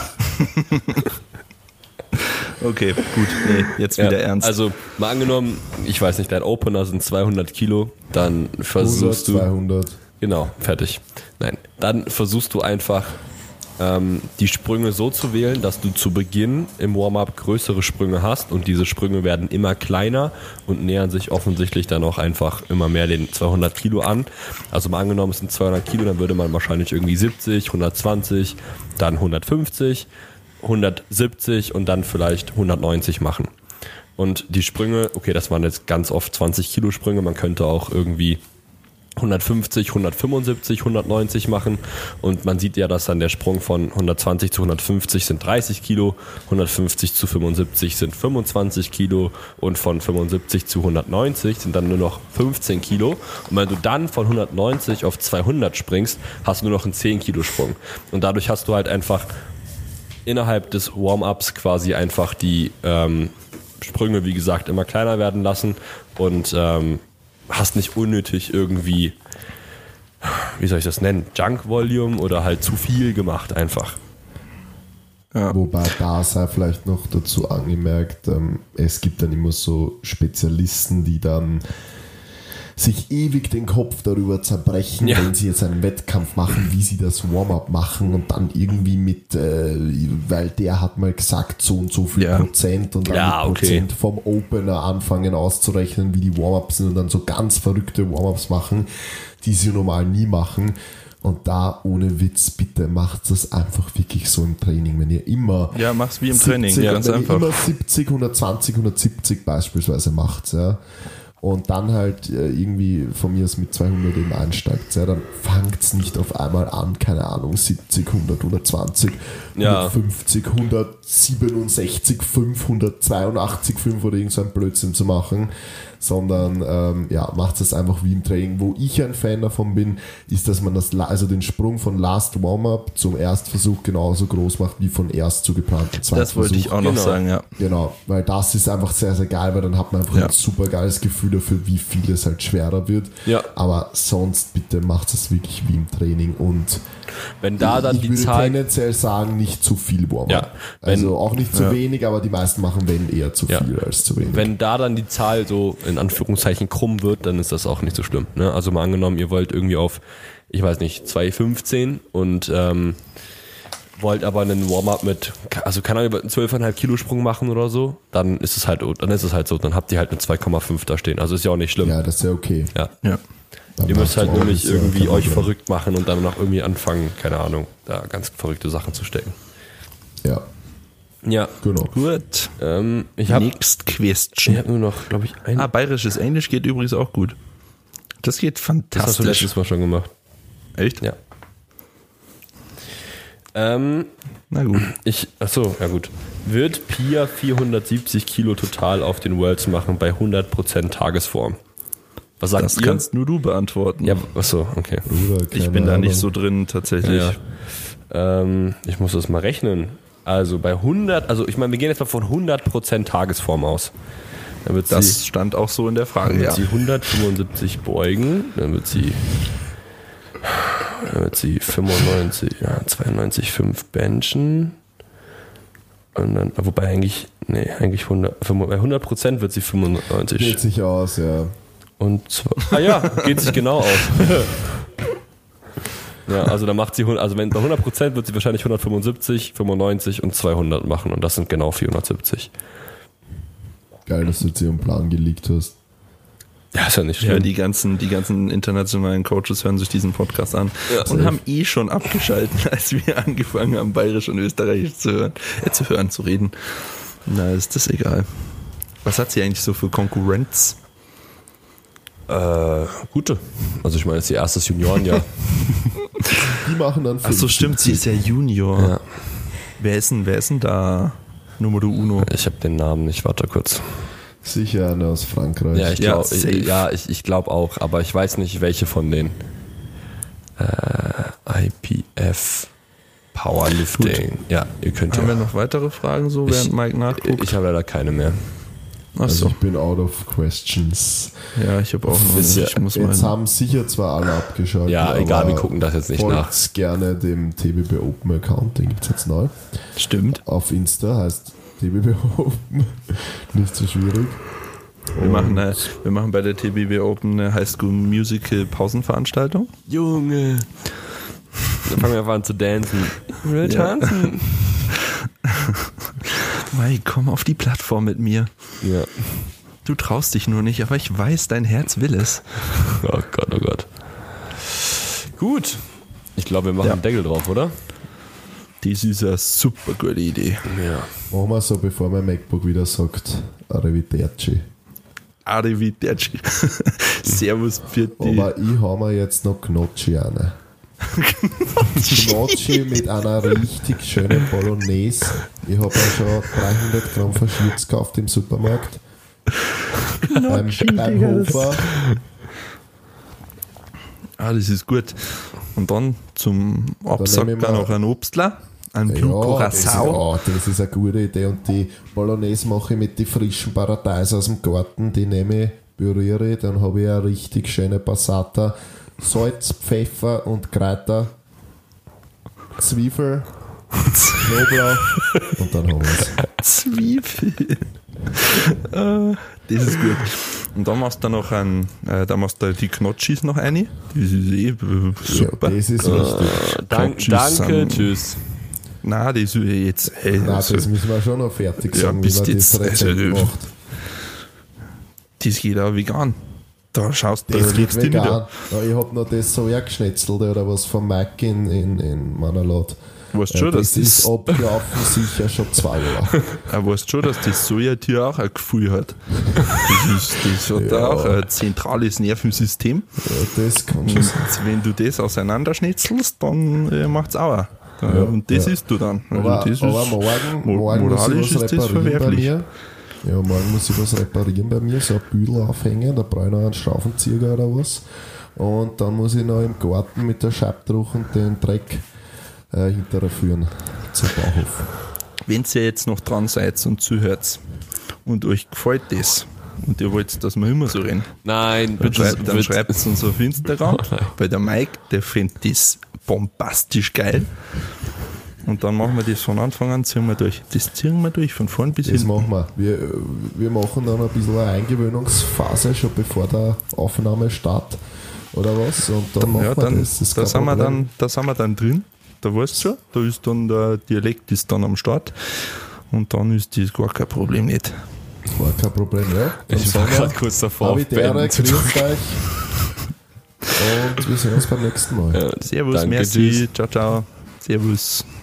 Okay, gut, nee, jetzt wieder ernst. Also mal angenommen, ich weiß nicht, dein Opener sind 200 Kilo, dann versuchst 200. Genau, fertig. Nein, dann versuchst du einfach die Sprünge so zu wählen, dass du zu Beginn im Warm-up größere Sprünge hast und diese Sprünge werden immer kleiner und nähern sich offensichtlich dann auch einfach immer mehr den 200 Kilo an. Also mal angenommen, es sind 200 Kilo, dann würde man wahrscheinlich irgendwie 70, 120, dann 150, 170 und dann vielleicht 190 machen. Und die Sprünge, okay, das waren jetzt ganz oft 20 Kilo Sprünge, man könnte auch irgendwie 150, 175, 190 machen und man sieht ja, dass dann der Sprung von 120 zu 150 sind 30 Kilo, 150 zu 75 sind 25 Kilo und von 75 zu 190 sind dann nur noch 15 Kilo und wenn du dann von 190 auf 200 springst, hast du nur noch einen 10 Kilo Sprung und dadurch hast du halt einfach innerhalb des Warm-Ups quasi einfach die Sprünge, wie gesagt, immer kleiner werden lassen und hast nicht unnötig irgendwie, wie soll ich das nennen, Junk-Volume oder halt zu viel gemacht einfach. Ja. Wobei da sei vielleicht noch dazu angemerkt, es gibt dann immer so Spezialisten, die dann sich ewig den Kopf darüber zerbrechen, wenn sie jetzt einen Wettkampf machen, wie sie das Warm-up machen und dann irgendwie mit, weil der hat mal gesagt, so und so viel Prozent und dann mit Prozent vom Opener anfangen auszurechnen, wie die Warm-ups sind und dann so ganz verrückte Warm-ups machen, die sie normal nie machen. Und da ohne Witz, bitte macht das einfach wirklich so im Training. Wenn ihr immer mach's wie im Training, ganz einfach. Wenn ihr immer 70, 120, 170 beispielsweise macht, ja, und dann halt irgendwie von mir aus mit 200 eben einsteigt, ja, dann fangt's nicht auf einmal an, keine Ahnung, 70, 100, 120, 150, 167, 582, 5 oder irgend so ein Blödsinn zu machen, sondern macht es einfach wie im Training. Wo ich ein Fan davon bin, ist, dass man den Sprung von Last Warm-Up zum Erstversuch genauso groß macht wie von erst zu geplanten Zweitversuch. Das wollte ich auch noch sagen, ja. Genau, weil das ist einfach sehr, sehr geil, weil dann hat man einfach ein super geiles Gefühl dafür, wie viel es halt schwerer wird. Ja. Aber sonst bitte macht es wirklich wie im Training und wenn da dann ich würde tendenziell sagen, nicht zu viel Warm-up. Ja, also auch nicht zu wenig, aber die meisten machen wenn eher zu viel als zu wenig. Wenn da dann die Zahl so in Anführungszeichen krumm wird, dann ist das auch nicht so schlimm. Ne? Also mal angenommen, ihr wollt irgendwie auf, ich weiß nicht, 2,15 und wollt aber einen Warm-up mit, also keine Ahnung, einen 12,5 Kilo Sprung machen oder so, dann ist es halt so, dann habt ihr halt eine 2,5 da stehen. Also ist ja auch nicht schlimm. Ja, das ist ja okay. Ja. Ihr müsst halt nur nicht irgendwie euch verrückt machen und dann noch irgendwie anfangen, keine Ahnung, da ganz verrückte Sachen zu stecken. Ja. Ja. Genau. Gut. Next question. Ich habe nur noch, glaube ich, ein. Bayerisches Englisch geht übrigens auch gut. Das geht fantastisch. Das hast du letztes Mal schon gemacht. Echt? Ja. Na gut. Gut. Wird Pia 470 Kilo total auf den Worlds machen bei 100% Tagesform? Was sagt ihr? Das kannst nur du beantworten. Ja, achso, okay. Ich bin da nicht so drin, tatsächlich. Ja. Ich muss das mal rechnen. Also bei 100, also ich meine, wir gehen jetzt mal von 100% Tagesform aus. Dann wird das stand auch so in der Frage, dann wird sie 175 beugen, dann wird sie 92,5 benchen. Und dann, wobei eigentlich 100, bei 100% wird sie 95. Geht sich aus, ja. Und geht sich genau aus. Ja, also dann macht sie, also wenn bei 100% wird sie wahrscheinlich 175, 95 und 200 machen und das sind genau 470. Geil, dass du jetzt hier einen Plan geleakt hast. Ja, ist ja nicht schlimm. Ja, die ganzen internationalen Coaches hören sich diesen Podcast an und haben schon abgeschaltet, als wir angefangen haben, Bayerisch und Österreichisch zu reden. Na, ist das egal. Was hat sie eigentlich so für Konkurrenz? Gute. Also ich meine, es ist ihr erstes Juniorenjahr. Die machen dann 50. Achso, stimmt, sie ist ja Junior. Ja. Wer ist denn da Numero Uno? Ich habe den Namen nicht, warte kurz. Sicher eine aus Frankreich. Ja, ich glaube auch, aber ich weiß nicht, welche von denen. IPF Powerlifting. Gut. Ja, ihr könnt Haben wir noch weitere Fragen, während Mike nachguckt? Ich habe leider keine mehr. Also Achso. ich bin out of questions. Ja, ich habe auch noch Ist nicht. Ich muss Jetzt mal. haben sicher zwar alle abgeschaltet. Ja, egal, aber wir gucken das jetzt nicht nach. folgt gerne dem TBB Open Account, den gibt es jetzt neu. Stimmt. Auf Insta heißt TBB Open. Nicht so schwierig. Wir machen bei der TBB Open eine High School Musical Pausenveranstaltung. Junge. Dann fangen wir einfach an zu dancen. Ich will Ja. tanzen. Mai, komm auf die Plattform mit mir. Ja. Du traust dich nur nicht, aber ich weiß, dein Herz will es. Oh Gott, oh Gott. Gut. Ich glaube, wir machen Ja. einen Deckel drauf, oder? Das ist eine super gute Idee. Ja. Machen wir so, bevor mein MacBook wieder sagt, Arrivederci. Arrivederci. Servus für die. Aber ich habe mir jetzt noch Gnocchi rein. Gnocchi mit einer richtig schönen Bolognese. Ich habe ja schon 300 Gramm verschürzt gekauft im Supermarkt. Beim Hofer. Das ist gut. Und dann zum Absack nehme ich dann mal- noch ein Obstler, ein Blue das ist, Curacao. das ist eine gute Idee. Und die Bolognese mache ich mit den frischen Paradeis aus dem Garten. Die nehme ich, berühre ich, dann habe ich eine richtig schöne Passata. Salz, Pfeffer und Kräuter. Zwiebel, Knoblauch und dann haben wir es. Zwiebel. Das ist gut. Und dann machst du noch dann machst du die Knotschis noch rein. Das ist super. Ja, das ist wichtig. Danke, Tschüss, tschüss. Nein, das ist jetzt. Hey, Nein, das müssen wir schon noch fertig Ja, sagen, wie bist man das jetzt- Rezept also, macht. das geht auch vegan. Da schaust du, Das da geht legst du vegan. nieder. Ja, ich habe noch das Sojageschnetzelte oder was von Mike in meiner Lot. Weißt schon, dass das ist das, abgelaufen sicher schon 2 Jahre. weißt schon, dass das Sojatier auch ein Gefühl hat. Das hat Ja. auch ein zentrales Nervensystem. Ja, das kann schon sein. Und wenn du das auseinanderschnitzelst, dann macht's auch. Und das ja. isst du dann. Also Aber, das aber ist, morgen muss moralisch ich was ist das reparieren bei verwerflich. mir. Ja, morgen muss ich was reparieren bei mir, so ein Bügel aufhängen, da brauche ich noch einen Schraubenzieher oder was. Und dann muss ich noch im Garten mit der Scheibdruck und den Dreck hinterführen zum Bauhof. wenn ihr jetzt noch dran seid und zuhört und euch gefällt das und ihr wollt, dass wir immer so reden, Nein, dann bitte. schreibt es uns auf Instagram, weil der Mike, der findet das bombastisch geil. Und dann machen wir das von Anfang an, ziehen wir durch. Das ziehen wir durch, von vorn bis Das hinten. machen wir. Wir machen dann ein bisschen eine Eingewöhnungsphase, schon bevor der Aufnahmestart oder was. Und dann machen Ja, wir dann, das. Das ist da, kein sind wir Problem. da sind wir dann drin. Da weißt du schon, da ist dann der Dialekt ist dann am Start. Und dann ist das gar kein Problem nicht. War kein Problem, ja. Dann Ich war sagen wir, gerade kurz davor, habe ich die Ehre, beenden zu grüßt drücken. euch. Und wir sehen uns beim nächsten Mal. Ja, Servus, danke, merci, tschüss. ciao, ciao. Servus.